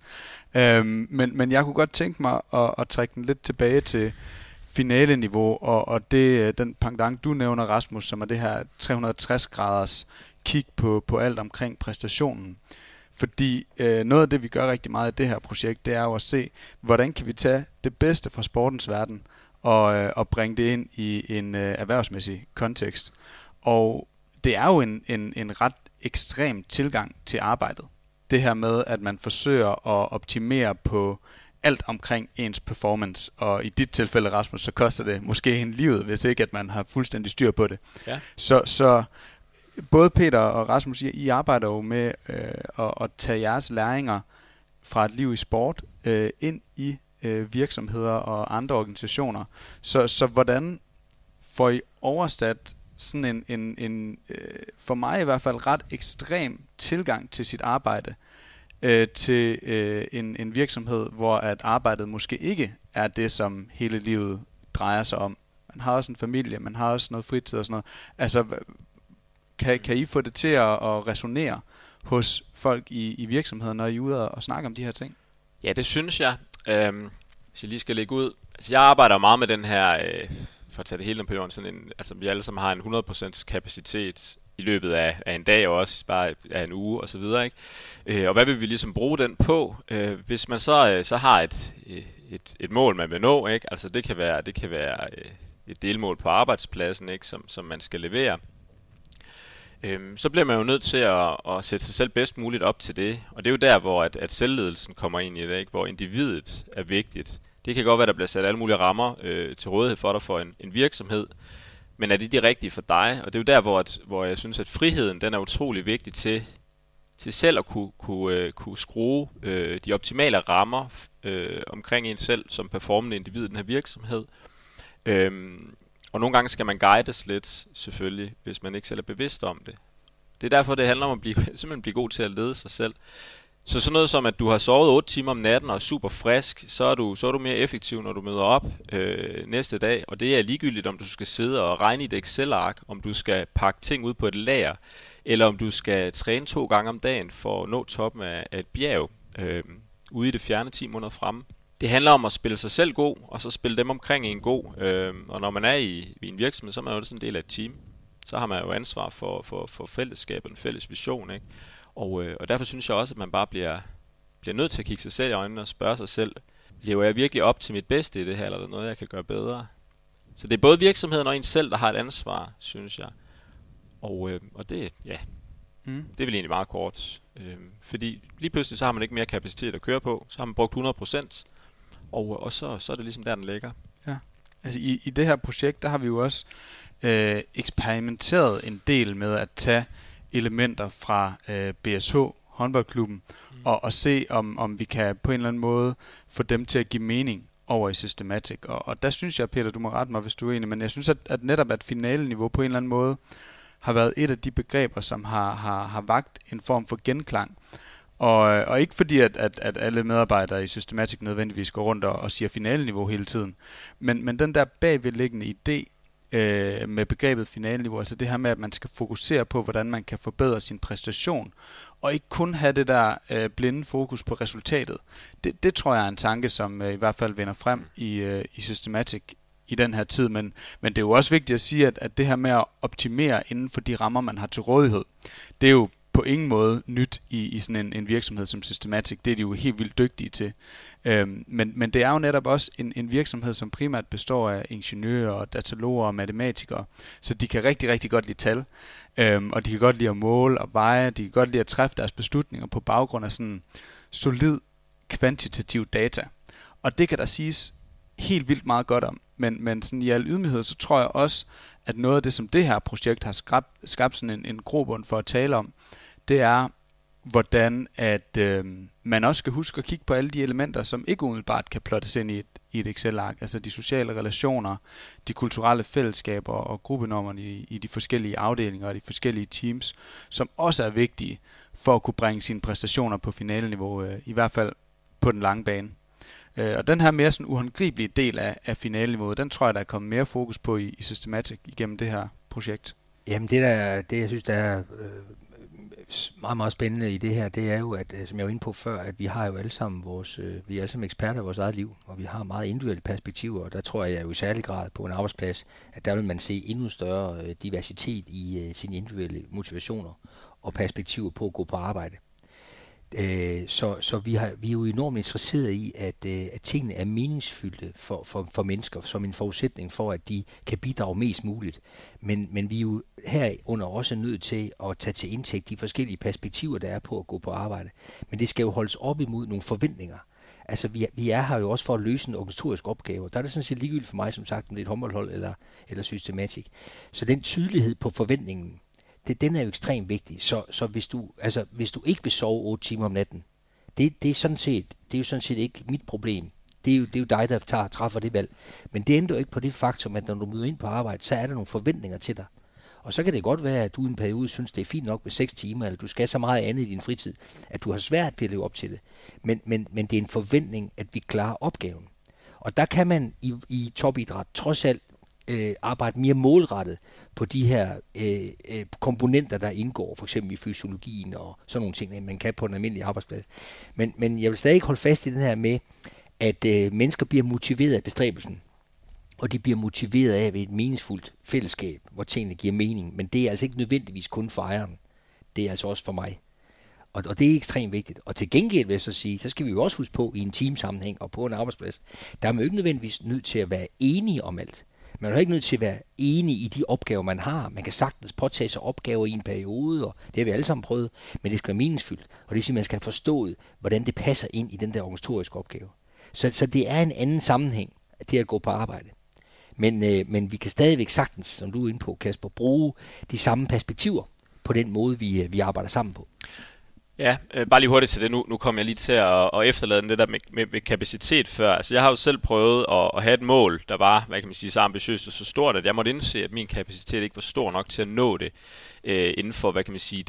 Men jeg kunne godt tænke mig at trække den lidt tilbage til finaleniveau og den pendant, du nævner, Rasmus, som er det her 360-graders kig på alt omkring præstationen. Fordi noget af det, vi gør rigtig meget i det her projekt, det er jo at se, hvordan kan vi tage det bedste fra sportens verden og bringe det ind i en erhvervsmæssig kontekst. Og det er jo en ret ekstrem tilgang til arbejdet. Det her med, at man forsøger at optimere på alt omkring ens performance. Og i dit tilfælde, Rasmus, så koster det måske en livet, hvis ikke at man har fuldstændig styr på det. Ja. Så både Peter og Rasmus, I arbejder jo med at tage jeres læringer fra et liv i sport ind i virksomheder og andre organisationer. Så hvordan får I oversat sådan en for mig i hvert fald ret ekstrem tilgang til sit arbejde til en virksomhed, hvor at arbejdet måske ikke er det, som hele livet drejer sig om. Man har også en familie, man har også noget fritid og sådan noget. Altså, kan I få det til at resonere hos folk i virksomheden, når I er ude og snakke om de her ting? Ja, det synes jeg. Hvis jeg lige skal lægge ud. Altså, jeg arbejder meget med den her, for at tage det hele på jorden, sådan en, altså vi alle sammen har en 100% kapacitet i løbet af en dag, og også bare af en uge og så videre, ikke? Og hvad vil vi ligesom bruge den på? Hvis man så har et mål, man vil nå, ikke? Altså det kan være et delmål på arbejdspladsen, ikke? Som man skal levere. Så bliver man jo nødt til at sætte sig selv bedst muligt op til det. Og det er jo der, hvor at selvledelsen kommer ind i det, ikke? Hvor individet er vigtigt. Det kan godt være, der bliver sat alle mulige rammer til rådighed for dig for en virksomhed. Men er det de rigtige for dig? Og det er jo der, hvor jeg synes, at friheden den er utrolig vigtig til selv at kunne skrue de optimale rammer omkring en selv som performende individ i den her virksomhed. Og nogle gange skal man guides lidt, selvfølgelig, hvis man ikke selv er bevidst om det. Det er derfor, det handler om at simpelthen blive god til at lede sig selv. Så sådan noget som, at du har sovet 8 timer om natten og er super frisk, så er du mere effektiv, når du møder op næste dag. Og det er ligegyldigt, om du skal sidde og regne i et Excel-ark, om du skal pakke ting ud på et lager, eller om du skal træne 2 gange om dagen for at nå toppen af et bjerg ude i det fjerne 10 måneder fremme. Det handler om at spille sig selv god, og så spille dem omkring en god. Og når man er i en virksomhed, så er man jo sådan en del af et team. Så har man jo ansvar for fællesskab og en fælles vision, ikke? Og derfor synes jeg også, at man bare bliver nødt til at kigge sig selv i øjnene og spørge sig selv, lever jeg virkelig op til mit bedste i det her, eller er der noget, jeg kan gøre bedre? Så det er både virksomheden og en selv, der har et ansvar, synes jeg. Og det, ja, det er vel egentlig meget kort. Fordi lige pludselig, så har man ikke mere kapacitet at køre på, så har man brugt 100%, og så er det ligesom der, den ligger. Ja, altså i det her projekt, der har vi jo også eksperimenteret en del med at tage elementer fra BSH, håndboldklubben, og se, om vi kan på en eller anden måde få dem til at give mening over i Systematic. Og der synes jeg, Peter, du må rette mig, hvis du er enig, men jeg synes, at netop at finaleniveau på en eller anden måde har været et af de begreber, som har vakt en form for genklang. Og ikke fordi, at alle medarbejdere i Systematic nødvendigvis går rundt og siger finaleniveau hele tiden, men den der bagvedliggende idé med begrebet finaleniveau. Altså det her med, at man skal fokusere på, hvordan man kan forbedre sin præstation, og ikke kun have det der blinde fokus på resultatet. Det tror jeg er en tanke, som i hvert fald vinder frem i Systematic i den her tid, men det er jo også vigtigt at sige, at det her med at optimere inden for de rammer, man har til rådighed, det er jo på ingen måde nyt i sådan en virksomhed som Systematic. Det er de jo helt vildt dygtige til. Men det er jo netop også en virksomhed, som primært består af ingeniører og dataloger og matematikere, så de kan rigtig, rigtig godt lide tal, og de kan godt lide at måle og veje, de kan godt lide at træffe deres beslutninger på baggrund af sådan solid kvantitativ data. Og det kan der siges helt vildt meget godt om, men sådan i al ydmyghed, så tror jeg også, at noget af det, som det her projekt har skabt sådan en grobund for at tale om, det er, hvordan at man også skal huske at kigge på alle de elementer, som ikke umiddelbart kan plottes ind i et Excel-ark. Altså de sociale relationer, de kulturelle fællesskaber og gruppenormerne i de forskellige afdelinger og de forskellige teams, som også er vigtige for at kunne bringe sine præstationer på finaleniveau, i hvert fald på den lange bane. Og den her mere sådan uhåndgribelige del af finaleniveauet, den tror jeg, der er kommet mere fokus på i Systematic igennem det her projekt. Jamen det jeg synes, der er meget, meget spændende i det her, det er jo, at som jeg var inde på før, at vi har jo alle sammen vi er alle sammen eksperter i vores eget liv, og vi har meget individuelle perspektiver, og der tror jeg jo i særlig grad på en arbejdsplads, at der vil man se endnu større diversitet i sine individuelle motivationer og perspektiver på at gå på arbejde. Så vi er jo enormt interesserede i, at tingene er meningsfyldte for mennesker, som en forudsætning for, at de kan bidrage mest muligt. Men vi er jo herunder også nødt til at tage til indtægt de forskellige perspektiver, der er på at gå på arbejde. Men det skal jo holdes op imod nogle forventninger. Altså vi er her jo også for at løse en organisatorisk opgave. Der er det sådan set ligegyldigt for mig, som sagt, om det er et håndboldhold eller Systematic. Så den tydelighed på forventningen, den er jo ekstremt vigtig. Så hvis du ikke vil sove 8 timer om natten, det er jo sådan set ikke mit problem. Det er jo dig, der træffer det valg. Men det ændrer jo ikke på det faktum, at når du møder ind på arbejde, så er der nogle forventninger til dig. Og så kan det godt være, at du i en periode synes, det er fint nok med 6 timer, eller du skal så meget andet i din fritid, at du har svært ved at leve op til det. Men det er en forventning, at vi klarer opgaven. Og der kan man i topidræt trods alt arbejde mere målrettet på de her komponenter, der indgår, for eksempel i fysiologien og sådan nogle ting, man kan på en almindelig arbejdsplads. Men jeg vil stadig holde fast i den her med, at mennesker bliver motiveret af bestræbelsen, og de bliver motiveret af et meningsfuldt fællesskab, hvor tingene giver mening. Men det er altså ikke nødvendigvis kun for ejeren. Det er altså også for mig. Og det er ekstremt vigtigt. Og til gengæld vil jeg så sige, så skal vi jo også huske på i en teamsammenhæng og på en arbejdsplads, der er man jo ikke nødvendigvis nødt til at være enige om alt. Man er jo ikke nødt til at være enige i de opgaver, man har. Man kan sagtens påtage sig opgaver i en periode, og det har vi alle sammen prøvet, men det skal være meningsfyldt. Og det vil sige, at man skal have forstået, hvordan det passer ind i den der organisatoriske opgave. Så det er en anden sammenhæng, det at gå på arbejde. Men vi kan stadigvæk sagtens, som du er inde på, Kasper, bruge de samme perspektiver på den måde, vi arbejder sammen på. Ja, bare lige hurtigt til det. Nu kommer jeg lige til at efterlade det der med kapacitet før. Altså jeg har jo selv prøvet at have et mål, der var, hvad kan man sige, så ambitiøst og så stort, at jeg måtte indse, at min kapacitet ikke var stor nok til at nå det inden for, hvad kan man sige,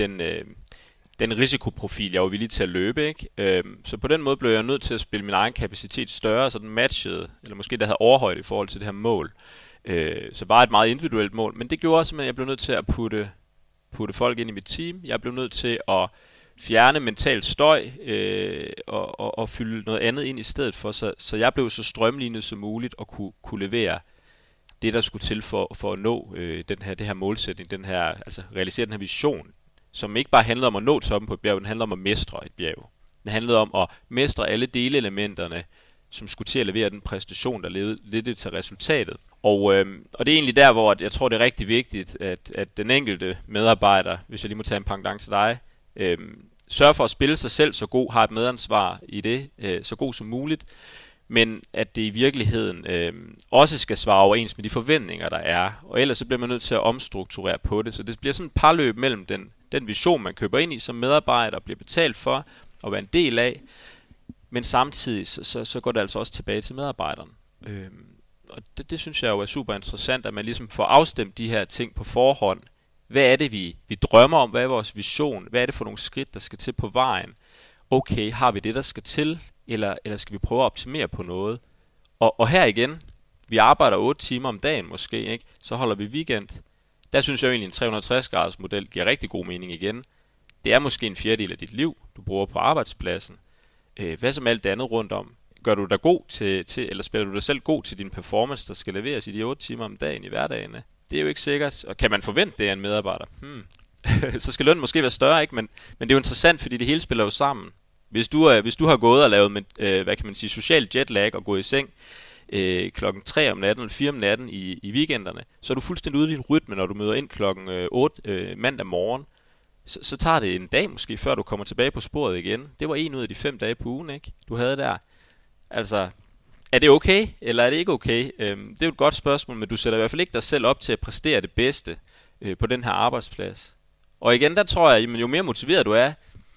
den risikoprofil, jeg var villig til at løbe, ikke? Så på den måde blev jeg nødt til at spille min egen kapacitet større, så den matchede, eller måske der havde overhøjde i forhold til det her mål. Så bare et meget individuelt mål, men det gjorde også, at jeg blev nødt til at putte folk ind i mit team. Jeg blev nødt til at fjerne mental støj og fylde noget andet ind i stedet for, så jeg blev så strømlignet som muligt og kunne levere det, der skulle til for at nå det her målsætning, altså realisere den her vision, som ikke bare handlede om at nå toppen på et bjerg, den handlede om at mestre et bjerg. Det handlede om at mestre alle delelementerne, som skulle til at levere den præstation, der ledte til resultatet. Og det er egentlig der, hvor jeg tror, det er rigtig vigtigt, at den enkelte medarbejder, hvis jeg lige må tage en pendant til dig, sørger for at spille sig selv så god, har et medansvar i det, så god som muligt, men at det i virkeligheden også skal svare overens med de forventninger, der er, og ellers så bliver man nødt til at omstrukturere på det, så det bliver sådan et parløb mellem den vision, man køber ind i som medarbejder og bliver betalt for at være en del af, men samtidig så går det altså også tilbage til medarbejderen. Og det synes jeg jo er super interessant, at man ligesom får afstemt de her ting på forhånd. Hvad er det, vi drømmer om? Hvad er vores vision? Hvad er det for nogle skridt, der skal til på vejen? Okay, har vi det, der skal til? Eller skal vi prøve at optimere på noget? Og her igen, Vi arbejder 8 timer om dagen måske, ikke? Så holder vi weekend. Der synes jeg jo egentlig, en 360-graders model giver rigtig god mening igen. Det er måske en fjerdedel af dit liv, du bruger på arbejdspladsen. Hvad som alt det andet rundt om? Gør du dig god til, eller spiller du dig selv god til din performance, der skal leveres i de 8 timer om dagen i hverdagen? Det er jo ikke sikkert. Og kan man forvente det af en medarbejder? Så skal lønnen måske være større, ikke? Men det er jo interessant, fordi det hele spiller jo sammen. Hvis du har gået og lavet med, hvad kan man sige, social jetlag og gået i seng klokken 3 om natten eller 4 om natten i weekenderne, så er du fuldstændig ude i din rytme, når du møder ind klokken 8 mandag morgen. Så tager det en dag måske, før du kommer tilbage på sporet igen. Det var 1 ud af de 5 dage på ugen, ikke? Du havde der. Altså, er det okay, eller er det ikke okay? Det er jo et godt spørgsmål, men du sætter i hvert fald ikke dig selv op til at præstere det bedste på den her arbejdsplads. Og igen, der tror jeg, jo mere motiveret du er,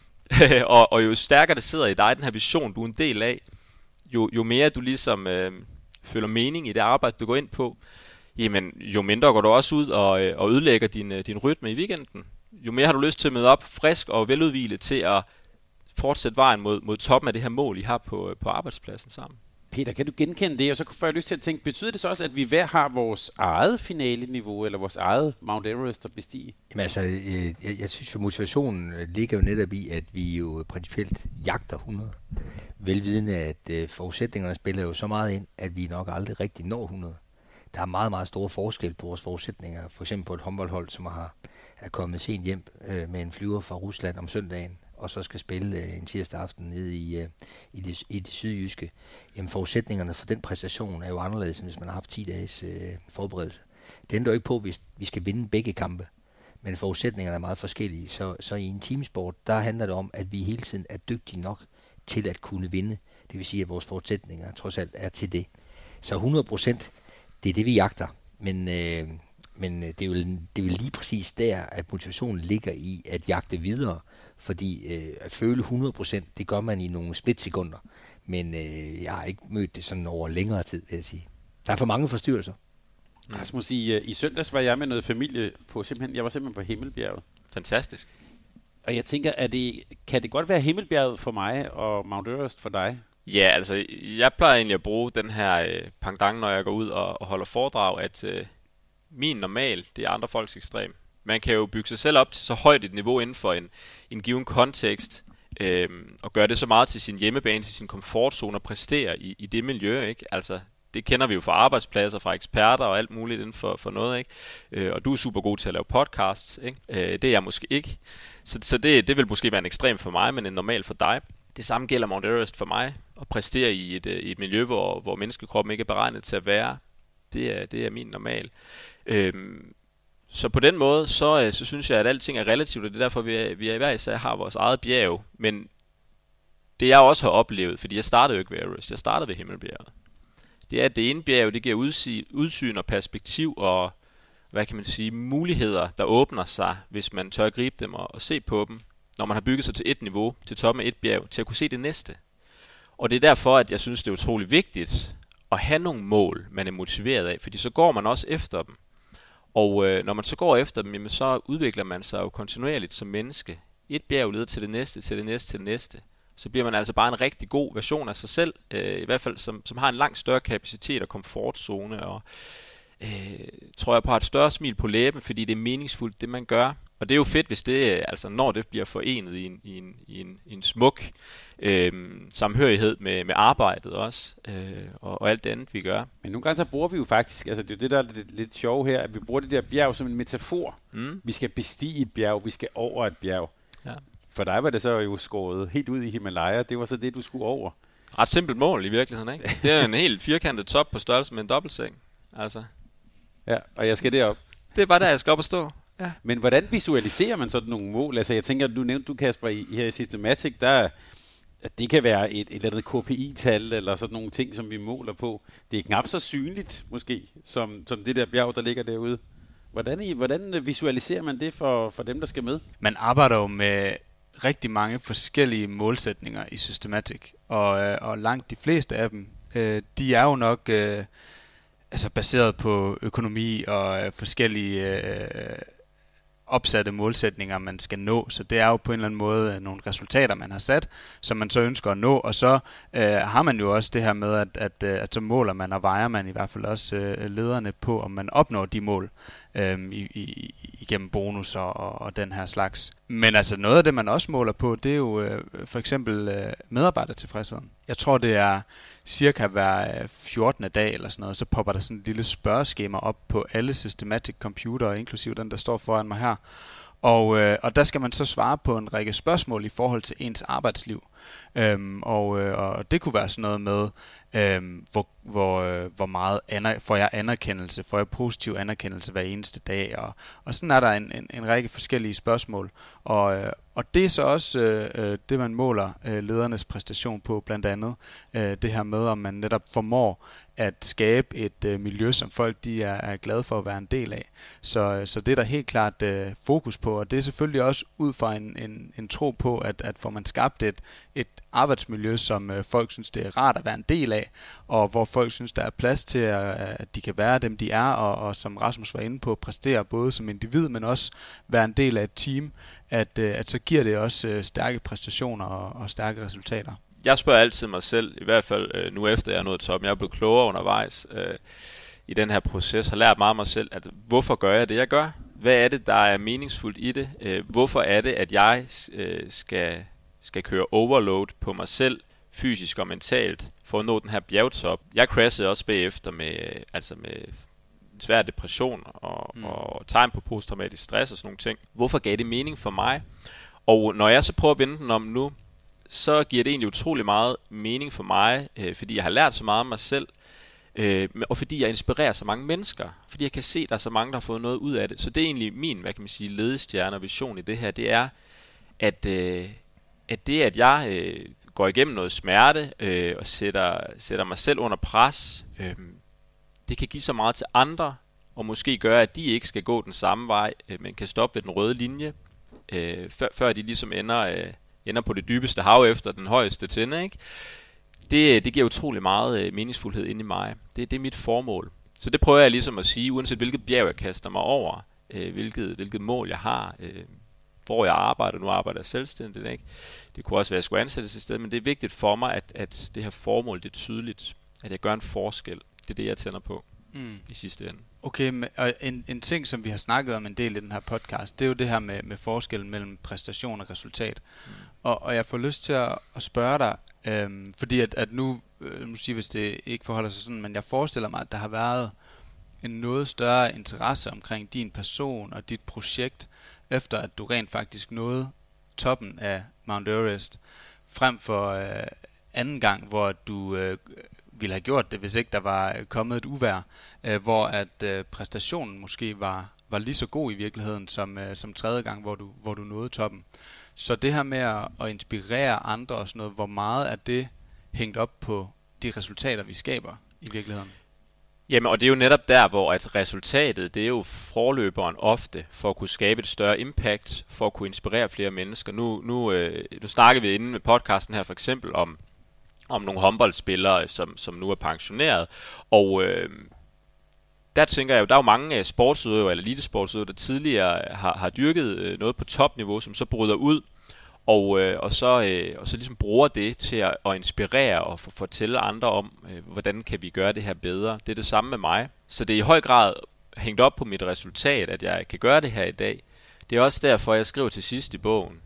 og jo stærkere det sidder i dig, den her vision, du er en del af, jo mere du ligesom føler mening i det arbejde, du går ind på, jamen, jo mindre går du også ud og ødelægger din rytme i weekenden. Jo mere har du lyst til at møde op frisk og veludhvilet til at fortsætte vejen mod toppen af det her mål, I har på arbejdspladsen sammen. Peter, kan du genkende det? Og så får jeg lyst til at tænke, betyder det så også, at vi hver har vores eget finaleniveau, eller vores eget Mount Everest at bestige? Jamen altså, jeg synes jo, motivationen ligger jo netop i, at vi jo principielt jagter 100. Velvidende, at forudsætningerne spiller jo så meget ind, at vi nok aldrig rigtig når 100. Der er meget, meget store forskel på vores forudsætninger. For eksempel på et håndboldhold, som er kommet sent hjem med en flyver fra Rusland om søndagen, og så skal spille en tirsdag aften nede i det sydjyske. Jamen forudsætningerne for den præstation er jo anderledes, end hvis man har haft 10 dages forberedelse. Det ændrer jo ikke på, at vi skal vinde begge kampe, men forudsætningerne er meget forskellige. Så i en teamsport, der handler det om, at vi hele tiden er dygtige nok til at kunne vinde. Det vil sige, at vores forudsætninger trods alt er til det. Så 100%, det er det, vi jagter. Men det er jo lige præcis der, at motivationen ligger i at jagte videre. Fordi at føle 100%, det gør man i nogle splitsekunder. Men jeg har ikke mødt det sådan over længere tid, vil jeg sige. Der er for mange forstyrrelser. Rasmus, i søndags var jeg med noget familie på jeg var simpelthen på Himmelbjerget. Fantastisk. Og jeg tænker, kan det godt være Himmelbjerget for mig og Mount Everest for dig? Ja, altså jeg plejer egentlig at bruge den her pendant, når jeg går ud og holder foredrag, at min normal, det er andre folks ekstrem. Man kan jo bygge sig selv op til så højt et niveau inden for en given kontekst, og gøre det så meget til sin hjemmebane, til sin komfortzone og præstere i det miljø, ikke? Altså, det kender vi jo fra arbejdspladser, fra eksperter og alt muligt inden for noget, ikke? Og du er super god til at lave podcasts, ikke? Det er jeg måske ikke. Så det vil måske være en ekstrem for mig, men en normal for dig. Det samme gælder Mount Everest for mig, at præstere i et miljø, hvor menneskekroppen ikke er beregnet til at være. Det er min normal. Så på den måde, så synes jeg, at alting er relativt, og det er derfor, vi er hver især har vores eget bjerg. Men det jeg også har oplevet, fordi jeg startede jo ikke ved Everest, jeg startede ved Himmelbjerget, det er, at det ene bjerg, det giver udsyn og perspektiv og, hvad kan man sige, muligheder, der åbner sig, hvis man tør at gribe dem og se på dem, når man har bygget sig til et niveau, til toppen af et bjerg, til at kunne se det næste. Og det er derfor, at jeg synes, det er utrolig vigtigt at have nogle mål, man er motiveret af, fordi så går man også efter dem. Og når man så går efter dem, jamen, så udvikler man sig jo kontinuerligt som menneske. Et bjerg leder til det næste, til det næste, til det næste. Så bliver man altså bare en rigtig god version af sig selv, i hvert fald som har en langt større kapacitet og komfortzone, og tror jeg på et større smil på læben, fordi det er meningsfuldt, det man gør. Og det er jo fedt, hvis det, altså når det bliver forenet i en smuk samhørighed med arbejdet også, og alt det andet, vi gør. Men nogle gange så bruger vi jo faktisk, altså det er det, der er lidt sjov her, at vi bruger det der bjerg som en metafor. Vi skal bestige et bjerg, vi skal over et bjerg. Ja. For dig var det så jo skåret helt ud i Himalaya, det var så det, du skulle over. Ret simpelt mål i virkeligheden, ikke? Det er en helt firkantet top på størrelse med en dobbeltseng. Altså. Ja, og jeg skal derop. Det er bare der, jeg skal op og stå. Ja. Men hvordan visualiserer man sådan nogle mål? Altså jeg tænker, du nævnte Kasper, her i Systematic, at det kan være et eller andet KPI-tal, eller sådan nogle ting, som vi måler på. Det er knap så synligt, måske, som det der bjerg, der ligger derude. Hvordan visualiserer man det for dem, der skal med? Man arbejder jo med rigtig mange forskellige målsætninger i Systematic, og langt de fleste af dem, de er jo nok baseret på økonomi og forskellige opsatte målsætninger, man skal nå. Så det er jo på en eller anden måde nogle resultater, man har sat, som man så ønsker at nå. Og så har man jo også det her med, at så måler man og vejer man i hvert fald også lederne på, om man opnår de mål igennem bonus og den her slags. Men altså noget af det, man også måler på, det er jo for eksempel medarbejdertilfredsheden. Jeg tror, det er cirka hver 14. dag eller sådan noget, så popper der sådan et lille spørgeskema op på alle Systematic Computer, inklusive den, der står foran mig her. Og der skal man så svare på en række spørgsmål i forhold til ens arbejdsliv. Og det kunne være sådan noget med, hvor meget får jeg anerkendelse, får jeg positiv anerkendelse hver eneste dag, og sådan er der en række forskellige spørgsmål. Og det er så også det, man måler ledernes præstation på, blandt andet det her med, om man netop formår at skabe et miljø, som folk de er glade for at være en del af. Så det er der helt klart fokus på, og det er selvfølgelig også ud fra en tro på, at får man skabt et arbejdsmiljø, som folk synes, det er rart at være en del af, og hvor folk synes, der er plads til, at de kan være dem, de er, og som Rasmus var inde på, præstere både som individ, men også være en del af et team, at så giver det også stærke præstationer og stærke resultater. Jeg spørger altid mig selv, i hvert fald nu efter jeg er nået toppen, jeg er blevet klogere undervejs i den her proces, har lært meget af mig selv, at hvorfor gør jeg det, jeg gør? Hvad er det, der er meningsfuldt i det? Hvorfor er det, at jeg skal køre overload på mig selv, fysisk og mentalt, for at nå den her bjergtop? Jeg crashede også bagefter med svær depression og tegn på posttraumatisk stress og sådan nogle ting. Hvorfor gav det mening for mig? Og når jeg så prøver at vende den om nu, så giver det egentlig utrolig meget mening for mig, fordi jeg har lært så meget om mig selv, og fordi jeg inspirerer så mange mennesker, fordi jeg kan se, at der er så mange, der har fået noget ud af det. Så det er egentlig min, ledestjerne og vision i det her, det er, at jeg går igennem noget smerte og sætter mig selv under pres, det kan give så meget til andre, og måske gøre, at de ikke skal gå den samme vej, men kan stoppe ved den røde linje, før de ligesom ender på det dybeste hav efter den højeste tinde, ikke? Det giver utrolig meget meningsfuldhed inde i mig. Det er mit formål. Så det prøver jeg ligesom at sige, uanset hvilket bjerg jeg kaster mig over, hvilket mål jeg har, hvor jeg arbejder. Nu arbejder jeg selvstændigt, ikke? Det kunne også være, at jeg skulle ansættes et sted, men det er vigtigt for mig, at det her formål, det er tydeligt. At jeg gør en forskel. Det er det, jeg tænder på i sidste ende. Okay, og en ting, som vi har snakket om en del i den her podcast, det er jo det her med forskellen mellem præstation og resultat. Og jeg får lyst til at spørge dig, fordi at nu siger hvis det ikke forholder sig sådan, men jeg forestiller mig, at der har været en noget større interesse omkring din person og dit projekt, efter at du rent faktisk nåede toppen af Mount Everest, frem for anden gang, hvor du ville have gjort det, hvis ikke der var kommet et uvejr, hvor at præstationen måske var lige så god i virkeligheden som tredje gang, hvor du nåede toppen. Så det her med at inspirere andre og sådan noget, hvor meget er det hængt op på de resultater, vi skaber i virkeligheden? Jamen, og det er jo netop der, hvor at resultatet, det er jo forløberen ofte, for at kunne skabe et større impact, for at kunne inspirere flere mennesker. Nu snakker vi inde med podcasten her for eksempel om nogle håndboldspillere, som nu er pensioneret, og der tænker jeg jo, der er jo mange sportsudøvere eller elitesportsudøvere, der tidligere har dyrket noget på topniveau, som så bryder ud, og så ligesom bruger det til at inspirere og fortælle andre om, hvordan kan vi gøre det her bedre. Det er det samme med mig. Så det er i høj grad hængt op på mit resultat, at jeg kan gøre det her i dag. Det er også derfor, jeg skriver til sidst i bogen,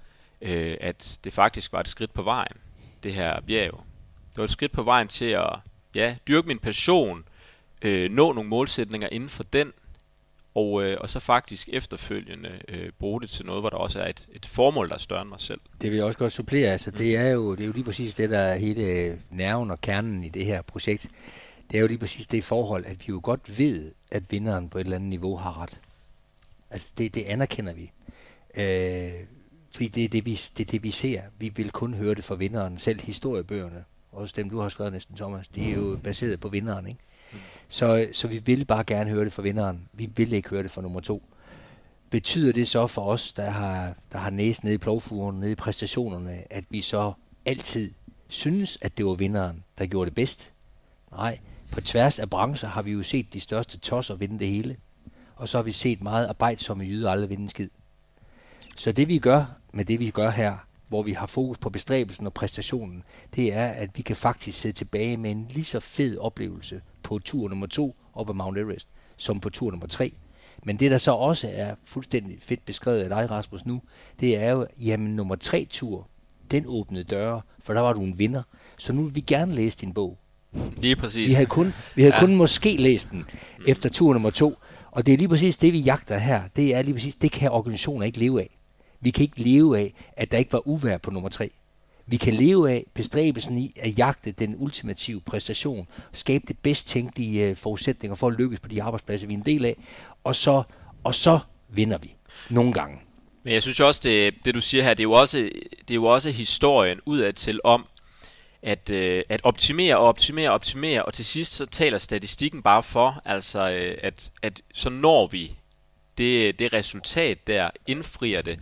at det faktisk var et skridt på vejen, det her bjerg. Det var et skridt på vejen til at dyrke min passion, nå nogle målsætninger inden for den, og så faktisk efterfølgende bruge det til noget, hvor der også er et formål, der er større end mig selv. Det vil jeg også godt supplere. Altså, det er jo lige præcis det, der er hele nerven og kernen i det her projekt. Det er jo lige præcis det forhold, at vi jo godt ved, at vinderen på et eller andet niveau har ret. Altså, det anerkender vi. Fordi det er det, vi ser. Vi vil kun høre det fra vinderen. Selv historiebøgerne, også dem, du har skrevet næsten, Thomas, de er jo baseret på vinderen, ikke? Så vi vil bare gerne høre det fra vinderen. Vi vil ikke høre det fra nummer 2. Betyder det så for os, der har næsen nede i plovfuren, nede i præstationerne, at vi så altid synes, at det var vinderen, der gjorde det bedst? Nej, på tværs af brancher har vi jo set de største tosser vinde det hele. og så har vi set meget arbejdsomme jyder aldrig vinde en skid. Så det vi gør med det vi gør her, hvor vi har fokus på bestræbelsen og præstationen, det er, at vi kan faktisk sidde tilbage med en lige så fed oplevelse på tur nummer 2 op ad Mount Everest, som på tur nummer 3. Men det, der så også er fuldstændig fedt beskrevet af dig, Rasmus, nu, det er jo, jamen nummer 3-tur, den åbnede døre, for der var du en vinder. Så nu vil vi gerne læse din bog. Lige præcis. Vi havde kun måske læst den efter tur nummer 2, og det er lige præcis det, vi jagter her. Det er lige præcis, det kan organisationer ikke leve af. Vi kan ikke leve af, at der ikke var uvejr på nummer 3. Vi kan leve af bestræbelsen i at jagte den ultimative præstation, skabe det bedst tænkelige forudsætninger for at lykkes på de arbejdspladser, vi er en del af, og så vinder vi nogle gange. Men jeg synes også, det du siger her, det er jo også historien udadtil om, at optimere, og til sidst så taler statistikken bare for, altså at så når vi det resultat der, indfrier det,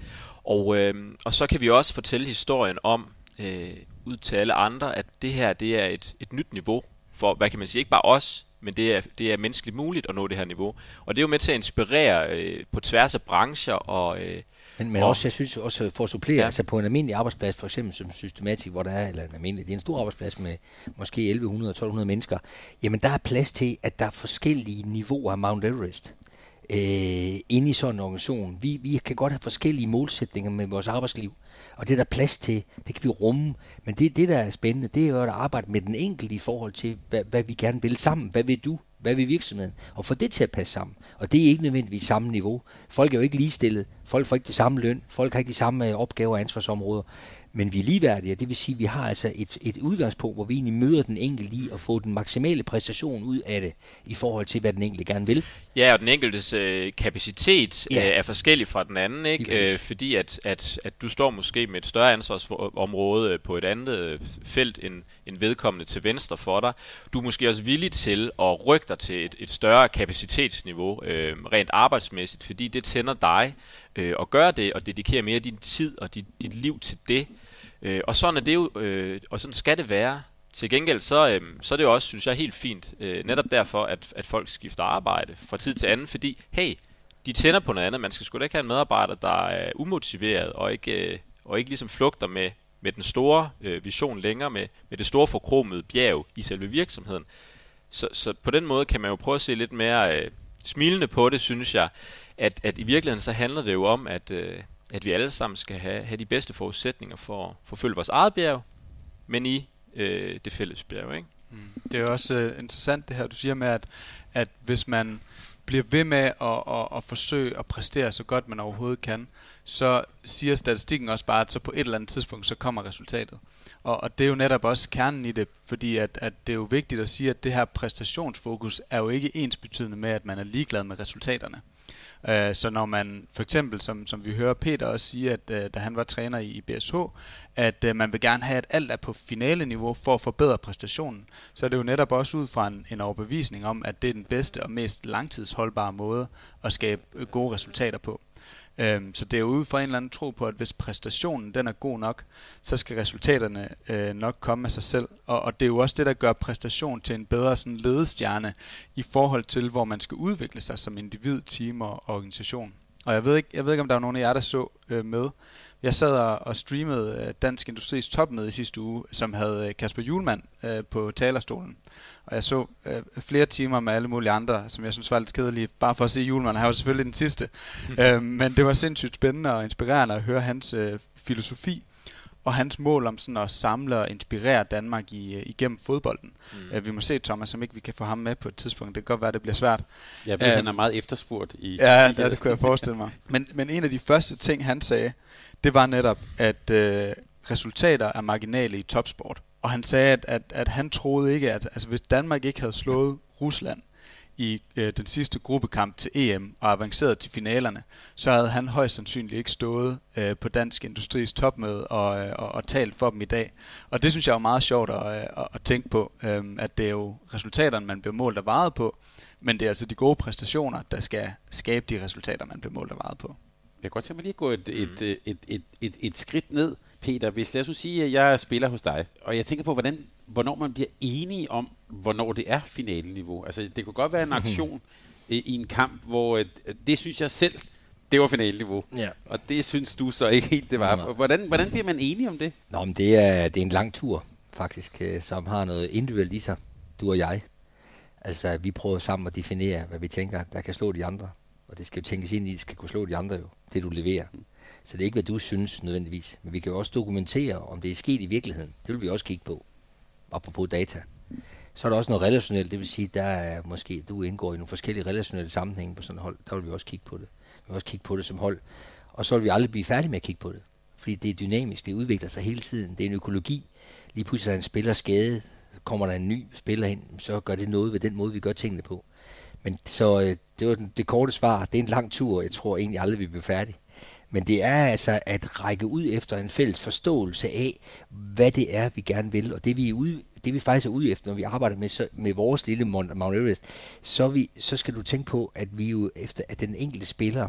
og så kan vi også fortælle historien om, ud til alle andre, at det her, det er et nyt niveau, for, hvad kan man sige, ikke bare os, men det er menneskeligt muligt at nå det her niveau, og det er jo med til at inspirere på tværs af brancher, og Men også, jeg synes også for at supplere, altså på en almindelig arbejdsplads, for eksempel som Systematic, hvor der er, eller det er en stor arbejdsplads med måske 1100-1200 mennesker, jamen der er plads til, at der er forskellige niveauer af Mount Everest inde i sådan en organisation. Vi kan godt have forskellige målsætninger med vores arbejdsliv, og det er der plads til, det kan vi rumme, men det der er spændende, det er jo at arbejde med den enkelte i forhold til, hvad vi gerne vil sammen. Hvad vil du? Hvad vil virksomheden? Og få det til at passe sammen. Og det er ikke nødvendigvis samme niveau. Folk er jo ikke ligestillet. Folk får ikke det samme løn. Folk har ikke de samme opgaver og ansvarsområder. Men vi er ligeværdige, og det vil sige, at vi har altså et udgangspunkt, hvor vi egentlig møder den enkelte i at få den maksimale præstation ud af det, i forhold til, hvad den enkelte gerne vil. Ja, og den enkeltes kapacitet er forskellig fra den anden, ikke? Fordi at du står måske med et større ansvarsområde på et andet felt end vedkommende til venstre for dig. Du er måske også villig til at rykke dig til et større kapacitetsniveau, rent arbejdsmæssigt, fordi det tænder dig at gøre det, og dedikere mere din tid og dit liv til det. Og sådan er det jo, og sådan skal det være. Til gengæld så er det jo også, synes jeg, helt fint, netop derfor, at folk skifter arbejde fra tid til anden, fordi, hey, de tænder på noget andet. Man skal sgu da ikke have en medarbejder, der er umotiveret og ikke ligesom flugter med den store vision længere, med det store forkromede bjerg i selve virksomheden. Så på den måde kan man jo prøve at se lidt mere smilende på det, synes jeg, at i virkeligheden så handler det jo om, at vi alle sammen skal have de bedste forudsætninger for at forfølge vores eget bjerg, men i det fælles bjerg, ikke? Det er jo også interessant det her, du siger med, at hvis man bliver ved med at forsøge at præstere så godt man overhovedet kan, så siger statistikken også bare, at så på et eller andet tidspunkt, så kommer resultatet. Og det er jo netop også kernen i det, fordi at det er jo vigtigt at sige, at det her præstationsfokus er jo ikke ensbetydende med, at man er ligeglad med resultaterne. Så når man for eksempel, som vi hører Peter også sige, at da han var træner i BSH, at man vil gerne have, at alt er på finaleniveau for at forbedre præstationen, så er det jo netop også ud fra en overbevisning om, at det er den bedste og mest langtidsholdbare måde at skabe gode resultater på. Så det er jo ud fra en eller anden tro på, at hvis præstationen den er god nok, så skal resultaterne nok komme af sig selv. Og det er jo også det, der gør præstation til en bedre sådan ledestjerne i forhold til, hvor man skal udvikle sig som individ, team og organisation. Og jeg ved ikke om der var nogen af jer, der så med. Jeg sad og streamede Dansk Industris topmøde i sidste uge, som havde Kasper Hjulmand på talerstolen. Og jeg så flere timer med alle mulige andre, som jeg synes var lidt kedelige, bare for at se Hjulmand. Han var selvfølgelig den sidste. Men det var sindssygt spændende og inspirerende at høre hans filosofi og hans mål om sådan at samle og inspirere Danmark igennem fodbolden. Vi må se, Thomas, om ikke vi kan få ham med på et tidspunkt. Det kan godt være, det bliver svært. Jeg ved, han er meget efterspurgt i... Ja, det kunne jeg forestille mig. Men en af de første ting, han sagde, det var netop, at resultater er marginale i topsport. Og han sagde, at han troede ikke, at altså, hvis Danmark ikke havde slået Rusland i den sidste gruppekamp til EM og avanceret til finalerne, så havde han højst sandsynligt ikke stået på Dansk Industris topmøde og talt for dem i dag. Og det synes jeg er meget sjovt at tænke på, at det er jo resultaterne, man bliver målt og vejet på, men det er altså de gode præstationer, der skal skabe de resultater, man bliver målt og vejet på. Jeg kan godt tænke mig lige at gå et skridt ned, Peter. Hvis lad os sige, at jeg spiller hos dig, og jeg tænker på, hvornår man bliver enige om, hvornår det er finaleniveau. Altså, det kunne godt være en aktion i en kamp, hvor det synes jeg selv, det var finaleniveau. Ja. Og det synes du så ikke helt, det var. Hvordan bliver man enige om det? Nå, men det er en lang tur, faktisk, som har noget individuelt i sig, du og jeg. Altså, vi prøver sammen at definere, hvad vi tænker, der kan slå de andre. Og det skal jo tænkes ind i, det skal kunne slå de andre jo, det du leverer. Så det er ikke, hvad du synes nødvendigvis. Men vi kan jo også dokumentere, om det er sket i virkeligheden. Det vil vi også kigge på, apropos data. Så er der også noget relationelt, det vil sige, der er måske, du indgår i nogle forskellige relationelle sammenhænge på sådan et hold. Der vil vi også kigge på det. Vi vil også kigge på det som hold. Og så vil vi aldrig blive færdige med at kigge på det. Fordi det er dynamisk, det udvikler sig hele tiden. Det er en økologi. Lige pludselig er en spiller skadet, så kommer der en ny spiller ind, så gør det noget ved den måde, vi gør tingene på. Men så det var det korte svar. Det er en lang tur, og jeg tror egentlig aldrig, vi bliver færdige. Men det er altså at række ud efter en fælles forståelse af, hvad det er, vi gerne vil. Og det vi faktisk er ude efter, når vi arbejder med vores lille Mount Everest, så skal du tænke på, at vi jo efter at den enkelte spiller,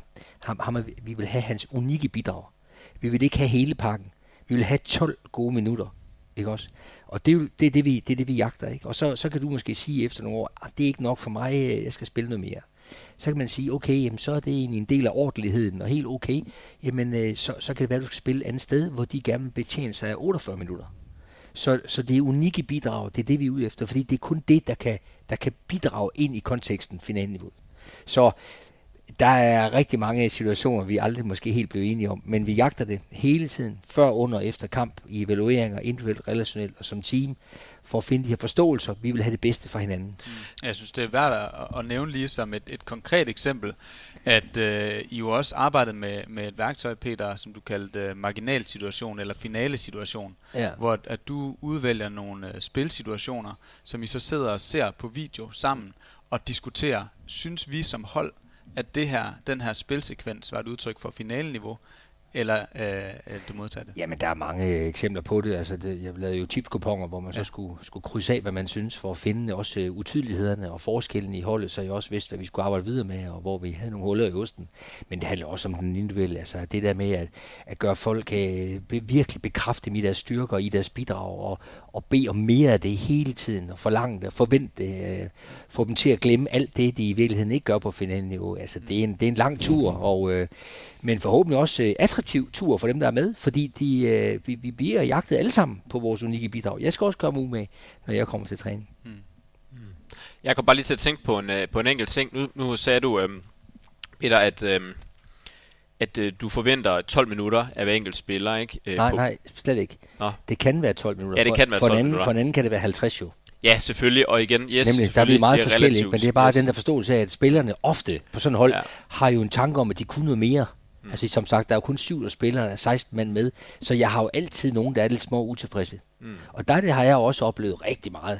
vi vil have hans unikke bidrag. Vi vil ikke have hele pakken. Vi vil have 12 gode minutter. Ikke også? Og det er det, vi jagter. Ikke? Og så kan du måske sige efter nogle år, det er ikke nok for mig, jeg skal spille noget mere. Så kan man sige, okay, jamen, så er det en del af ordentligheden, og helt okay, jamen, så kan det være, at du skal spille et andet sted, hvor de gerne betjener sig af 48 minutter. Så det er unikke bidrag, det er det, vi er ude efter, fordi det er kun det, der kan bidrage ind i konteksten finaleniveauet. Så der er rigtig mange situationer, vi aldrig måske helt blev enige om, men vi jagter det hele tiden, før, under og efter kamp, i evalueringer, individuelt, relationelt og som team, for at finde de her forståelser. Vi vil have det bedste for hinanden. Jeg synes, det er værd at nævne lige som et konkret eksempel, at I jo også arbejdede med et værktøj, Peter, som du kaldte marginalsituation eller finalesituation, hvor at du udvælger nogle spilsituationer, som I så sidder og ser på video sammen og diskuterer, synes vi som hold, at den her spilsekvens var et udtryk for finaleniveau, eller det modsatte? Jamen, der er mange eksempler på det. Altså, jeg lavede jo tipskuponer, hvor man så skulle krydse af, hvad man synes, for at finde også utydelighederne og forskellen i holdet, så jeg også vidste, hvad vi skulle arbejde videre med, og hvor vi havde nogle huller i osten. Men det handler også om den individuelle. Altså, det der med at gøre folk virkelig bekræfte i deres styrker og i deres bidrag, og bede om mere af det hele tiden, og forlange det, forvente det, få dem til at glemme alt det, de i virkeligheden ikke gør på finaleniveau. Altså, det er en lang tur, men forhåbentlig også attraktiv tur for dem, der er med, fordi vi bliver jagtet alle sammen på vores unikke bidrag. Jeg skal også komme ud med, når jeg kommer til træning. Jeg kom bare lige til at tænke på en enkelt ting. Nu sagde du, Peter, at du forventer 12 minutter af hver enkelt spiller, ikke? Nej, slet ikke. Nå. Det kan være 12 minutter. Ja, det kan være 12 minutter. For en anden kan det være 50 jo. Ja, selvfølgelig, og igen, nemlig, der er meget forskelligt, men det er bare den der forståelse af, at spillerne ofte på sådan et hold har jo en tanke om, at de kunne noget mere. Altså som sagt, der er jo kun 7 spillere, der er 16 mand med, så jeg har jo altid nogen, der er lidt små utilfredse. Og der har jeg også oplevet rigtig meget,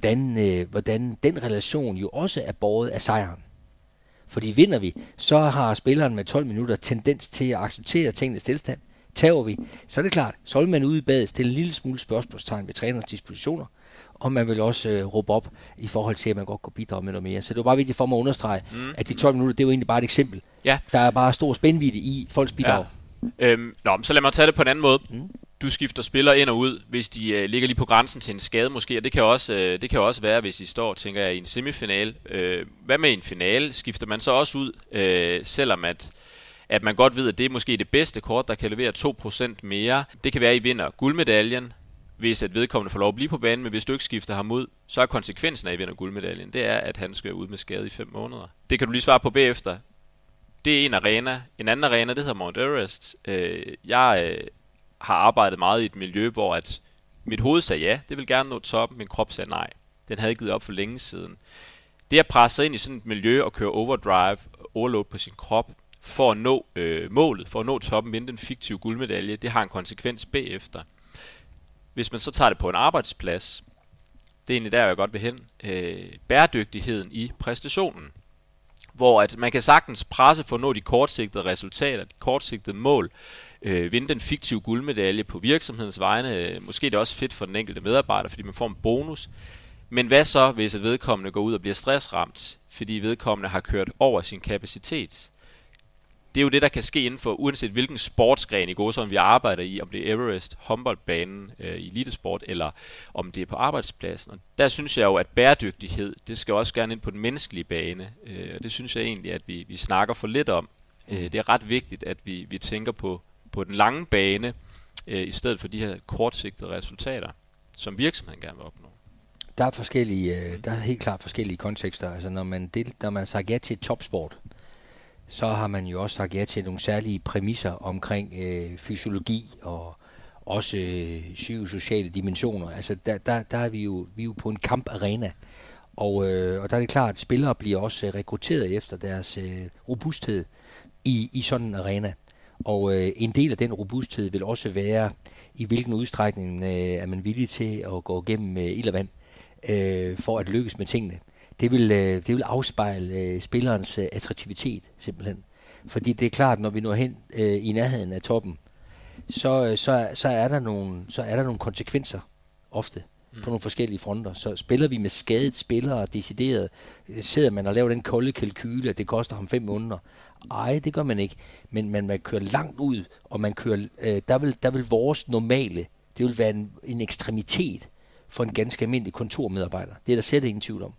hvordan den relation jo også er båret af sejren. Fordi vinder vi, så har spilleren med 12 minutter tendens til at acceptere tingenes tilstand. Tager vi, så er det klart, så vil man ude i badet stille en lille smule spørgsmålstegn ved trænerens dispositioner, og man vil også råbe op i forhold til, at man godt kan bidrage med noget mere. Så det var bare vigtigt for mig at understrege, at de 12 minutter, det var egentlig bare et eksempel. Ja. Der er bare stor spændvidde i folks bidrag. Ja. Så lad mig tage det på en anden måde. Du skifter spillere ind og ud, hvis de ligger lige på grænsen til en skade måske, og det kan også være, hvis I står, tænker jeg, i en semifinale. Hvad med en finale? Skifter man så også ud, selvom at man godt ved, at det er måske det bedste kort, der kan levere 2% mere. Det kan være, at I vinder guldmedaljen, hvis at vedkommende får lov at blive på banen, men hvis du ikke skifter ham ud, så er konsekvensen af, at I vinder guldmedaljen, det er, at han skal ud med skade i 5 måneder. Det kan du lige svare på bagefter. Det er en arena. En anden arena, det hedder Mount Everest. Jeg har arbejdet meget i et miljø, hvor at mit hoved sagde ja, det vil gerne nå toppen, min krop sagde nej. Den havde givet op for længe siden. Det at presse ind i sådan et miljø og køre overload på sin krop, for at nå målet, for at nå toppen, vinde den fiktive guldmedalje, det har en konsekvens bagefter. Hvis man så tager det på en arbejdsplads, det er egentlig der, jeg godt vil hen, bæredygtigheden i præstationen. Hvor at man kan sagtens presse for at nå de kortsigtede resultater, de kortsigtede mål, vinde den fiktive guldmedalje på virksomhedens vegne. Måske er det også fedt for den enkelte medarbejder, fordi man får en bonus. Men hvad så, hvis et vedkommende går ud og bliver stressramt, fordi vedkommende har kørt over sin kapacitet? det er jo det, der kan ske inden for, uanset hvilken sportsgren i gåsøjne vi arbejder i, om det er Everest, håndboldbanen i elitesport, eller om det er på arbejdspladsen. Og der synes jeg jo, at bæredygtighed, det skal også gerne ind på den menneskelige bane. Og det synes jeg egentlig, at vi snakker for lidt om. Det er ret vigtigt, at vi tænker på den lange bane, i stedet for de her kortsigtede resultater, som virksomheden gerne vil opnå. Der er helt klart forskellige kontekster. Altså når man har sagt ja til topsport, så har man jo også sagt ja til nogle særlige præmisser omkring fysiologi og også psykosociale dimensioner. Altså der er vi jo på en kamparena, og der er det klart, at spillere bliver også rekrutteret efter deres robusthed i sådan en arena. Og en del af den robusthed vil også være, i hvilken udstrækning er man villig til at gå gennem ild og vand for at lykkes med tingene. Det vil afspejle spillerens attraktivitet, simpelthen. Fordi det er klart, når vi når hen i nærheden af toppen, så er der nogle konsekvenser ofte på nogle forskellige fronter. Så spiller vi med skadet spillere, decideret, sidder man og laver den kolde kalkyle, at det koster ham 5 måneder. Ej, det gør man ikke. Men man kører langt ud, og man kører, der vil vores normale, det vil være en ekstremitet for en ganske almindelig kontormedarbejder. Det er der slet ingen tvivl om.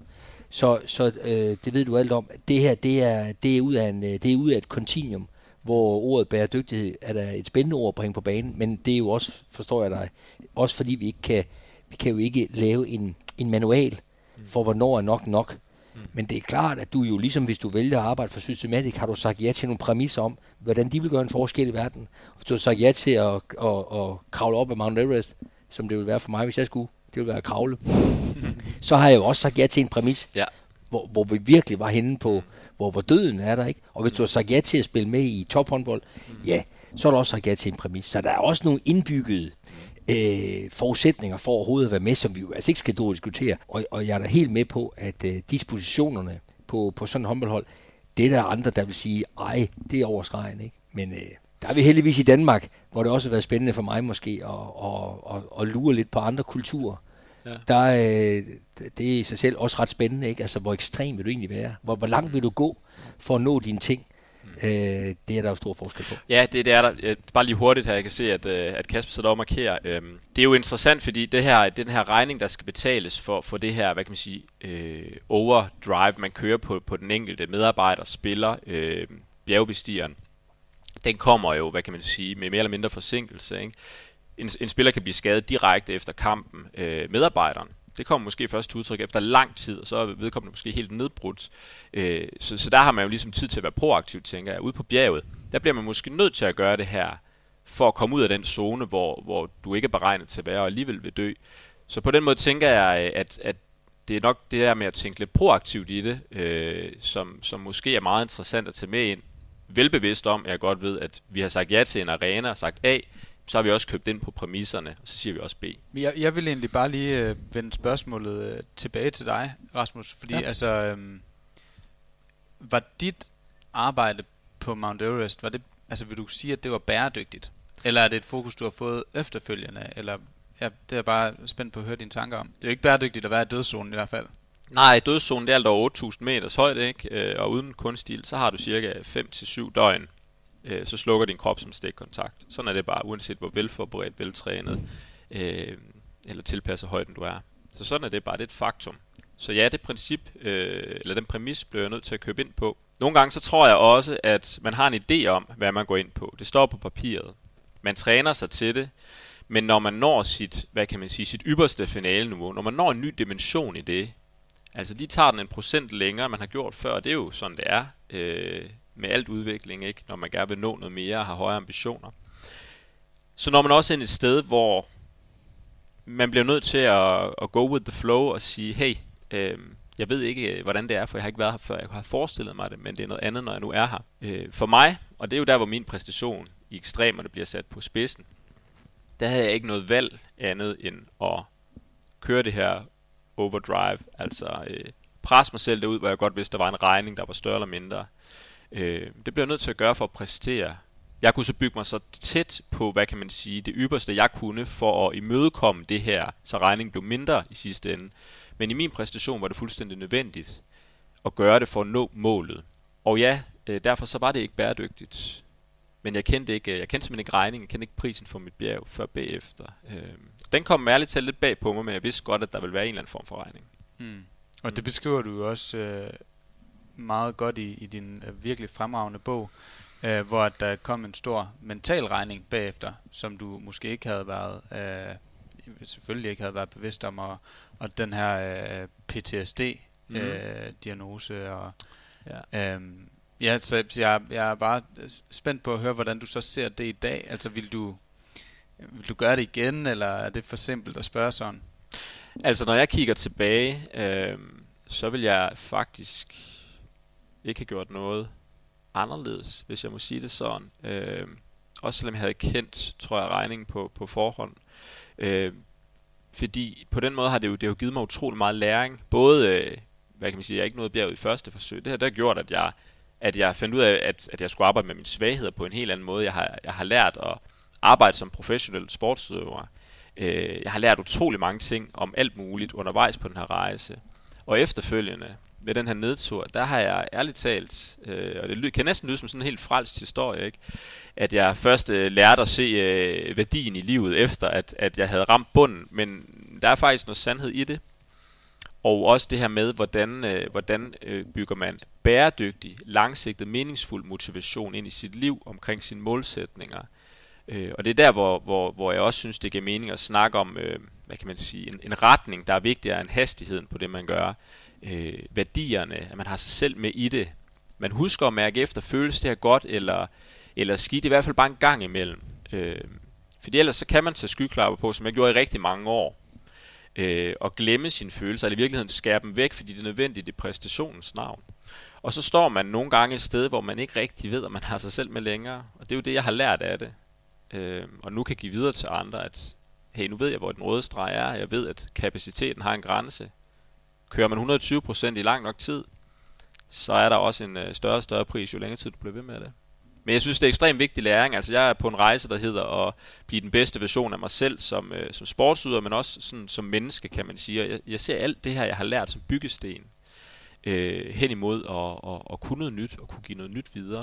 Så det ved du alt om. Det her, det er ud af et kontinuum, hvor ordet bæredygtighed er der et spændende ord at bringe på banen, men det er jo også, forstår jeg dig, også fordi vi kan jo ikke lave en manual for, hvornår er nok. Men det er klart, at du jo ligesom, hvis du vælger at arbejde for Systematic, har du sagt ja til nogle præmisser om, hvordan de vil gøre en forskel i verden. Hvis du har sagt ja til at kravle op af Mount Everest, som det vil være for mig, hvis jeg skulle, det vil være at kravle, så har jeg jo også sagt ja til en præmis, hvor vi virkelig var henne på, hvor døden er der, ikke? Og hvis du har sagt ja til at spille med i tophåndbold, så har du også sagt ja til en præmis. Så der er også nogle indbyggede forudsætninger for overhovedet at være med, som vi jo altså ikke skal diskutere. Og jeg er da helt med på, at dispositionerne på sådan et håndboldhold, det er der andre, der vil sige, ej, det er over stregen, ikke? Men der er vi heldigvis i Danmark, hvor det også har været spændende for mig måske at lure lidt på andre kulturer. Ja. Det er i sig selv også ret spændende, ikke? Altså, hvor ekstrem vil du egentlig være? Hvor langt vil du gå for at nå dine ting? Det er der jo stor forskel på. Ja, det er der. Bare lige hurtigt her, jeg kan se, at Kasper sidder og markerer. Det er jo interessant, fordi den her regning, der skal betales for det her, hvad kan man sige, overdrive, man kører på den enkelte medarbejder, spiller, bjergbestigeren, den kommer jo, hvad kan man sige, med mere eller mindre forsinkelse, ikke? En spiller kan blive skadet direkte efter kampen. Medarbejderen, det kommer måske først til udtryk efter lang tid, og så er vedkommende måske helt nedbrudt. Så der har man jo ligesom tid til at være proaktiv, tænker jeg. Ude på bjerget, der bliver man måske nødt til at gøre det her, for at komme ud af den zone, hvor du ikke er beregnet til at være, og alligevel vil dø. Så på den måde tænker jeg, at det er nok det der med at tænke lidt proaktivt i det, som måske er meget interessant at tage med ind. Velbevidst om, at jeg godt ved, at vi har sagt ja til en arena og sagt A, så har vi også købt ind på præmisserne, og så siger vi også B. Jeg vil egentlig bare lige vende spørgsmålet tilbage til dig, Rasmus, fordi var dit arbejde på Mount Everest, vil du sige, at det var bæredygtigt? Eller er det et fokus, du har fået efterfølgende? Eller, det er jeg bare spændt på at høre dine tanker om. Det er jo ikke bæredygtigt at være i dødszonen i hvert fald. Nej, dødszonen det er alt over 8.000 meters højde, ikke? Og uden kunststil, så har du cirka 5-7 døgn. Så slukker din krop som stikkontakt. Sådan er det bare, uanset hvor velforberedt, veltrænet eller tilpasset højden du er. Så sådan er det bare, det er et faktum. Så ja, det princip, eller den præmis, bliver jeg nødt til at købe ind på. Nogle gange så tror jeg også, at man har en idé om, hvad man går ind på. Det står på papiret. Man træner sig til det, men når man når sit ypperste finale-niveau, når man når en ny dimension i det, altså de tager den 1% længere, man har gjort før, det er jo sådan, det er. Med alt udvikling, ikke? Når man gerne vil nå noget mere og har højere ambitioner. Så når man også ind et sted, hvor man bliver nødt til at go with the flow og sige, hey, jeg ved ikke, hvordan det er, for jeg har ikke været her før, jeg har forestillet mig det, men det er noget andet, når jeg nu er her. For mig, og det er jo der, hvor min præstation i ekstremerne bliver sat på spidsen, der havde jeg ikke noget valg andet end at køre det her overdrive, altså presse mig selv derud, hvor jeg godt vidste, der var en regning, der var større eller mindre. Det bliver jeg nødt til at gøre for at præstere. Jeg kunne så bygge mig så tæt på, hvad kan man sige, det ypperste jeg kunne for at imødekomme det her, så regningen blev mindre i sidste ende. Men i min præstation var det fuldstændig nødvendigt at gøre det for at nå målet. Og ja, Derfor så var det ikke bæredygtigt. Men jeg kendte simpelthen ikke regningen, jeg kendte ikke prisen for mit bjerg før bagefter. Den kom ærligt talt lidt bag på mig, men jeg vidste godt, at der ville være en eller anden form for regning. Og det beskriver du jo også meget godt i din virkelig fremragende bog, hvor der kom en stor mental regning bagefter, som du måske ikke havde været, selvfølgelig ikke havde været bevidst om, og den her PTSD-diagnose. Så jeg er bare spændt på at høre, hvordan du så ser det i dag. Altså vil du gøre det igen, eller er det for simpelt at spørge sådan? Altså når jeg kigger tilbage, så vil jeg faktisk ikke have gjort noget anderledes, hvis jeg må sige det sådan. Også selvom jeg havde kendt, tror jeg, regningen på forhånd. Fordi på den måde har det jo givet mig utrolig meget læring. Både, hvad kan man sige, jeg ikke nåede bjerget i første forsøg. Det har gjort, at jeg fandt ud af, at jeg skulle arbejde med mine svagheder på en helt anden måde. Jeg har lært at arbejde som professionel sportsudøver. Jeg har lært utrolig mange ting om alt muligt undervejs på den her rejse. Og efterfølgende, med den her nedtur, der har jeg ærligt talt, og det kan næsten lyde som sådan en helt frelst historie, ikke? At jeg først lærte at se værdien i livet efter, at jeg havde ramt bunden, men der er faktisk noget sandhed i det. Og også det her med, hvordan bygger man bæredygtig, langsigtet, meningsfuld motivation ind i sit liv omkring sine målsætninger. Og det er der, hvor jeg også synes, det giver mening at snakke om, hvad kan man sige, en retning, der er vigtigere end hastigheden på det, man gør. Værdierne, at man har sig selv med i det. Man husker at mærke efter, føles det her godt eller skidt, i hvert fald bare en gang imellem. Fordi ellers så kan man tage skyklapper på, som jeg gjorde i rigtig mange år, og glemme sine følelser, eller i virkeligheden skære dem væk, fordi det er nødvendigt i præstationens navn. Og så står man nogle gange et sted, hvor man ikke rigtig ved, at man har sig selv med længere. Og det er jo det, jeg har lært af det. Og nu kan give videre til andre, at hey, nu ved jeg, hvor den røde streg er. Jeg ved, at kapaciteten har en grænse. Kører man 120% i lang nok tid, så er der også en større og større pris, jo længere tid du bliver ved med det. Men jeg synes, det er ekstremt vigtig læring. Altså, jeg er på en rejse, der hedder at blive den bedste version af mig selv som sportsyder, men også sådan, som menneske, kan man sige. Og jeg ser alt det her, jeg har lært som byggesten, hen imod at kunne noget nyt, og kunne give noget nyt videre.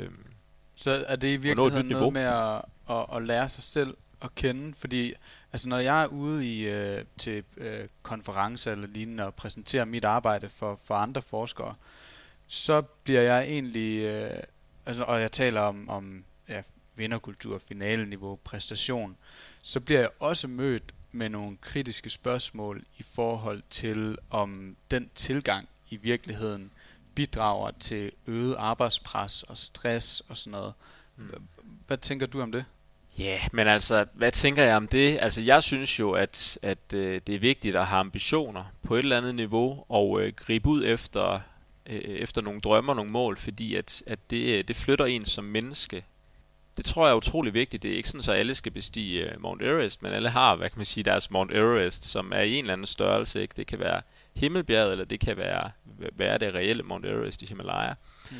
Så er det i virkeligheden noget med at lære sig selv at kende? Fordi altså, når jeg er ude til konferencer eller lignende og præsenterer mit arbejde for andre forskere, så bliver jeg egentlig, og jeg taler om vinderkultur, finaleniveau, præstation, så bliver jeg også mødt med nogle kritiske spørgsmål i forhold til, om den tilgang i virkeligheden bidrager til øget arbejdspres og stress og sådan noget. Hvad tænker du om det? Ja, men altså, hvad tænker jeg om det? Altså, jeg synes jo, at det er vigtigt at have ambitioner på et eller andet niveau og gribe ud efter nogle drømmer, nogle mål, fordi at det flytter en som menneske. Det tror jeg er utrolig vigtigt. Det er ikke sådan, så alle skal bestige Mount Everest, men alle har, hvad kan man sige, deres Mount Everest, som er i en eller anden størrelse. Ikke? Det kan være Himmelbjerget, eller det kan være det reelle Mount Everest i Himalaya.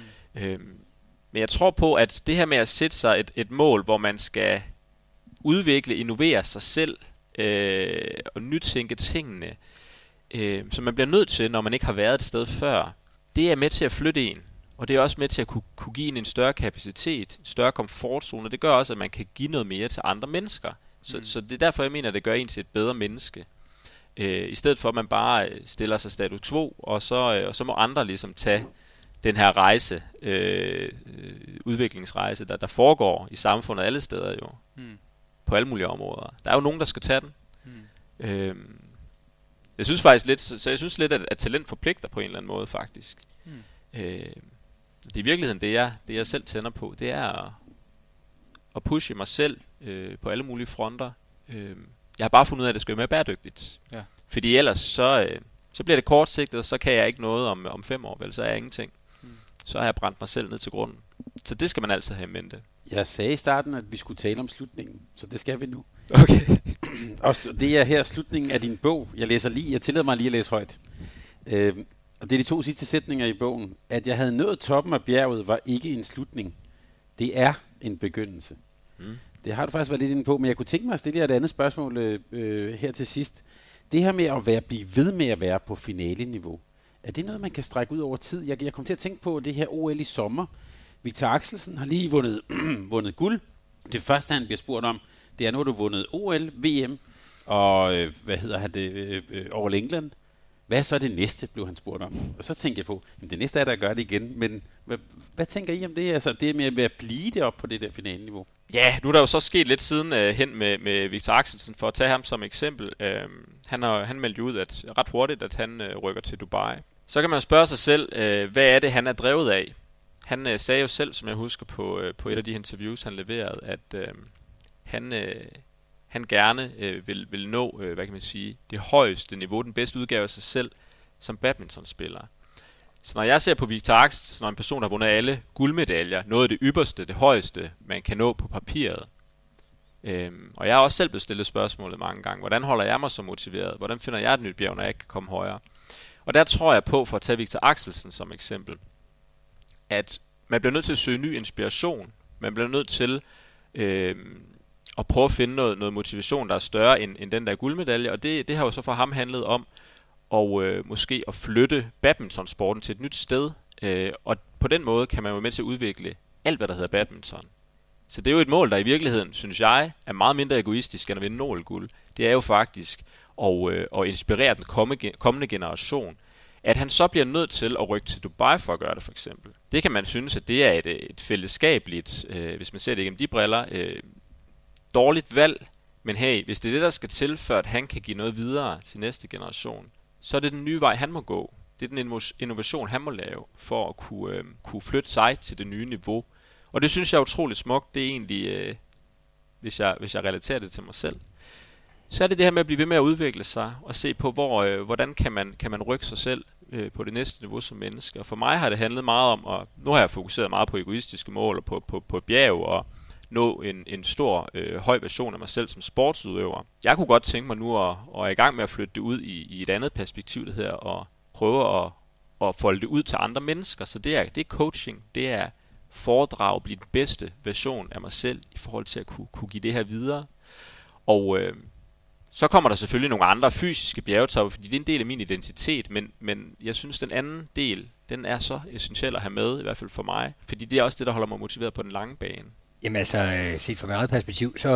Men jeg tror på, at det her med at sætte sig et mål, hvor man skal udvikle, innovere sig selv og nytænke tingene, som man bliver nødt til, når man ikke har været et sted før, det er med til at flytte en. Og det er også med til at kunne give en større kapacitet, en større komfortzone. Det gør også, at man kan give noget mere til andre mennesker. Så det er derfor, jeg mener, at det gør en til et bedre menneske. I stedet for, at man bare stiller sig status quo, og så må andre ligesom tage den her rejse, udviklingsrejse, der foregår i samfundet alle steder jo. På alle mulige områder. Der er jo nogen, der skal tage den. Jeg synes faktisk lidt, at talent forpligter på en eller anden måde faktisk. Det er i virkeligheden det jeg selv tænder på. Det er at pushe mig selv på alle mulige fronter. Jeg har bare fundet ud af, at det skal være mere bæredygtigt. Ja. Fordi ellers så bliver det kortsigtet, og så kan jeg ikke noget om 5 år, vel, så er jeg ingenting. Så har jeg brændt mig selv ned til grunden. Så det skal man altid have i mente. Jeg sagde i starten, at vi skulle tale om slutningen, så det skal vi nu. Okay. Og det er her slutningen af din bog. Jeg tillader mig lige at læse højt. Og det er de 2 sidste sætninger i bogen. At jeg havde nået toppen af bjerget var ikke en slutning. Det er en begyndelse. Det har du faktisk været lidt inde på, men jeg kunne tænke mig at stille jer et andet spørgsmål her til sidst. Det her med at blive ved med at være på finaleniveau, er det noget, man kan strække ud over tid? Jeg kom til at tænke på det her OL i sommer. Victor Axelsen har lige vundet guld. Det første, han bliver spurgt om, det er, nu har du vundet OL, VM og All England. Hvad er så det næste, blev han spurgt om? Og så tænker jeg på, det næste er der at gøre det igen. Men hvad tænker I om det? Altså det med at blive det op på det der finaleniveau? Ja, nu er der jo så sket lidt siden hen med Victor Axelsen, for at tage ham som eksempel. Han meldte ud ret hurtigt, at han rykker til Dubai. Så kan man spørge sig selv, hvad er det, han er drevet af? Han sagde jo selv, som jeg husker på et af de interviews, han leverede, at han gerne vil nå, hvad kan man sige, det højeste niveau, den bedste udgave af sig selv som badmintonspiller. Så når jeg ser på Victor Axelsen, når en person, der har vundet alle guldmedaljer, noget af det ypperste, det højeste, man kan nå på papiret. Og jeg har også selv blevet stillet spørgsmålet mange gange, hvordan holder jeg mig så motiveret? Hvordan finder jeg et nyt bjerg, når jeg ikke kan komme højere? Og der tror jeg på, for at tage Victor Axelsen som eksempel, at man bliver nødt til at søge ny inspiration. Man bliver nødt til at prøve at finde noget motivation, der er større end den der guldmedalje. Og det har jo så for ham handlet om måske at flytte badmintonsporten til et nyt sted. Og på den måde kan man jo med til at udvikle alt, hvad der hedder badminton. Så det er jo et mål, der i virkeligheden, synes jeg, er meget mindre egoistisk end at vinde OL-guld. Det er jo faktisk at inspirere den kommende generation. At han så bliver nødt til at rykke til Dubai for at gøre det, for eksempel. Det kan man synes, at det er et fællesskabeligt, hvis man ser det igennem de briller, dårligt valg. Men hey, hvis det er det, der skal til, for at han kan give noget videre til næste generation, så er det den nye vej, han må gå. Det er den innovation, han må lave, for at kunne flytte sig til det nye niveau. Og det synes jeg er utroligt smukt. Det er egentlig, hvis jeg relaterer det til mig selv, så er det her med at blive ved med at udvikle sig og se på, hvordan kan man rykke sig selv på det næste niveau som menneske. Og for mig har det handlet meget om, og nu har jeg fokuseret meget på egoistiske mål og på et bjerg og nå en stor, høj version af mig selv som sportsudøver. Jeg kunne godt tænke mig nu at i gang med at flytte det ud i et andet perspektiv, det her, og prøve at folde det ud til andre mennesker. Så det er coaching, det er foredrag at blive den bedste version af mig selv i forhold til at kunne give det her videre. Og så kommer der selvfølgelig nogle andre fysiske bjergetoppe, fordi det er en del af min identitet, men jeg synes, den anden del, den er så essentiel at have med, i hvert fald for mig, fordi det er også det, der holder mig motiveret på den lange bane. Jamen altså, set fra mit eget perspektiv, så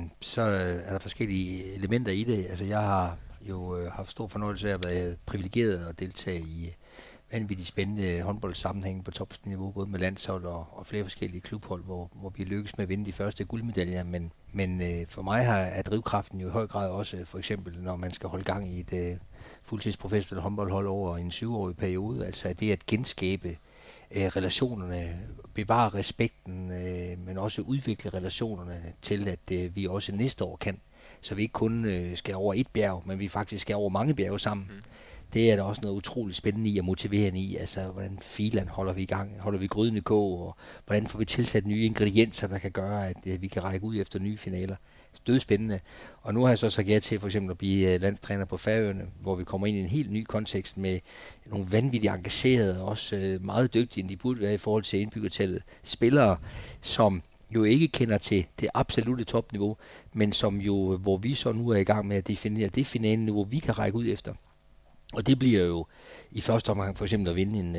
er der forskellige elementer i det. Altså, jeg har jo haft stor fornøjelse af at være privilegeret og deltage i vanvittigt spændende håndboldsammenhæng på topniveau, både med landshold og flere forskellige klubhold, hvor vi lykkes med at vinde de første guldmedaljer. Men for mig er drivkraften jo i høj grad også, for eksempel, når man skal holde gang i et fuldtidsprofessionelt håndboldhold over en 7-årig periode, altså det at genskabe relationerne, bevare respekten, men også udvikle relationerne til, at vi også næste år kan. Så vi ikke kun skal over et bjerg, men vi faktisk skal over mange bjerge sammen. Det er der også noget utroligt spændende i og motiverende i. Altså, hvordan filan holder vi i gang? Holder vi gryden i kog? Og hvordan får vi tilsat nye ingredienser, der kan gøre, at vi kan række ud efter nye finaler? Dødspændende. Og nu har jeg så sagt ja til for eksempel at blive landstræner på Færøerne, hvor vi kommer ind i en helt ny kontekst med nogle vanvittigt engagerede og også meget dygtige, end de burde være i forhold til indbyggertallet. Spillere, som jo ikke kender til det absolutte topniveau, men som jo, hvor vi så nu er i gang med at definere det finaleniveau, vi kan række ud efter. Og det bliver jo i første omgang for eksempel at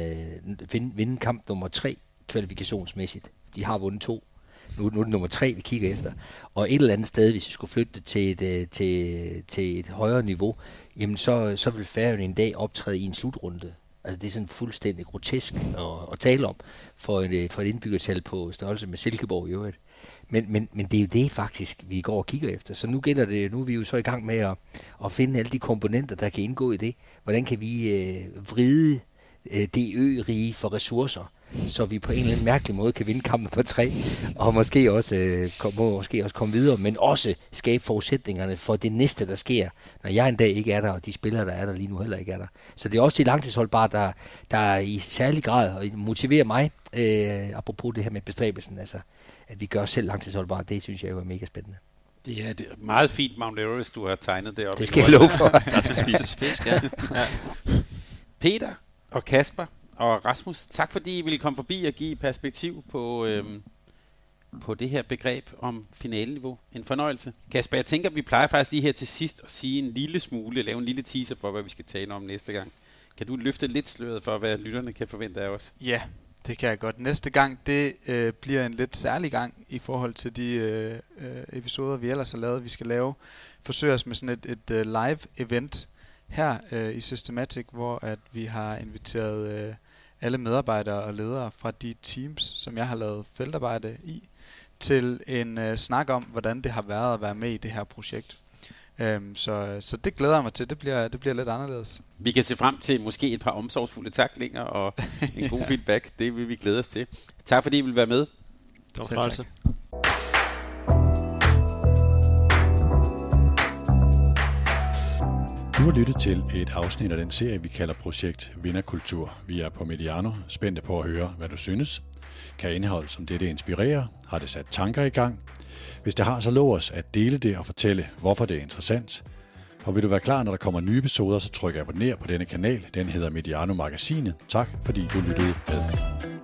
vinde kamp nummer 3 kvalifikationsmæssigt. De har vundet 2. Nu er det nummer 3, vi kigger efter. Og et eller andet sted, hvis vi skulle flytte det til et højere niveau, jamen så vil Færøerne en dag optræde i en slutrunde. Altså det er sådan fuldstændig grotesk at tale om for et indbyggertal på størrelse med Silkeborg i øvrigt. Men det er jo det faktisk, vi går og kigger efter. Så nu er vi jo så i gang med at finde alle de komponenter, der kan indgå i det. Hvordan kan vi vride det ørige for ressourcer, så vi på en eller anden mærkelig måde kan vinde kampen på 3, og måske også komme videre, men også skabe forudsætningerne for det næste, der sker, når jeg en dag ikke er der, og de spillere, der er der lige nu heller ikke er der. Så det er også de langtidsholdbare, der i særlig grad motiverer mig, apropos det her med bestræbelsen, altså at vi gør selv langtidsholdbare, det synes jeg jo er mega spændende. Det er meget fint Mount Everest, du har tegnet deroppe. Det skal jeg love for. Der skal spises fisk, ja. Peter og Kasper og Rasmus, tak fordi I ville komme forbi og give perspektiv på det her begreb om finaleniveau. En fornøjelse. Kasper, jeg tænker, vi plejer faktisk lige her til sidst at sige en lille smule, lave en lille teaser for, hvad vi skal tale om næste gang. Kan du løfte lidt sløret for, hvad lytterne kan forvente af os? Ja, Det kan jeg godt. Næste gang, det bliver en lidt særlig gang i forhold til de episoder, vi ellers har lavet. Vi skal forsøge os med sådan et live-event her i Systematic, hvor at vi har inviteret alle medarbejdere og ledere fra de teams, som jeg har lavet feltarbejde i, til en snak om, hvordan det har været at være med i det her projekt. Så det glæder jeg mig til. Det bliver lidt anderledes. Vi kan se frem til måske et par omsorgsfulde taklinger og en god feedback. Det vil vi glæde os til. Tak fordi I vil være med. Det var fornøjelse. Du har lyttet til et afsnit af den serie, vi kalder Projekt Vinderkultur. Vi er på Mediano, spændte på at høre, hvad du synes. Kan indhold som dette inspirere? Har det sat tanker i gang? Hvis det har, så lov os at dele det og fortælle, hvorfor det er interessant. Og vil du være klar, når der kommer nye episoder, så tryk abonner på denne kanal. Den hedder Mediano Magasinet. Tak fordi du lyttede med.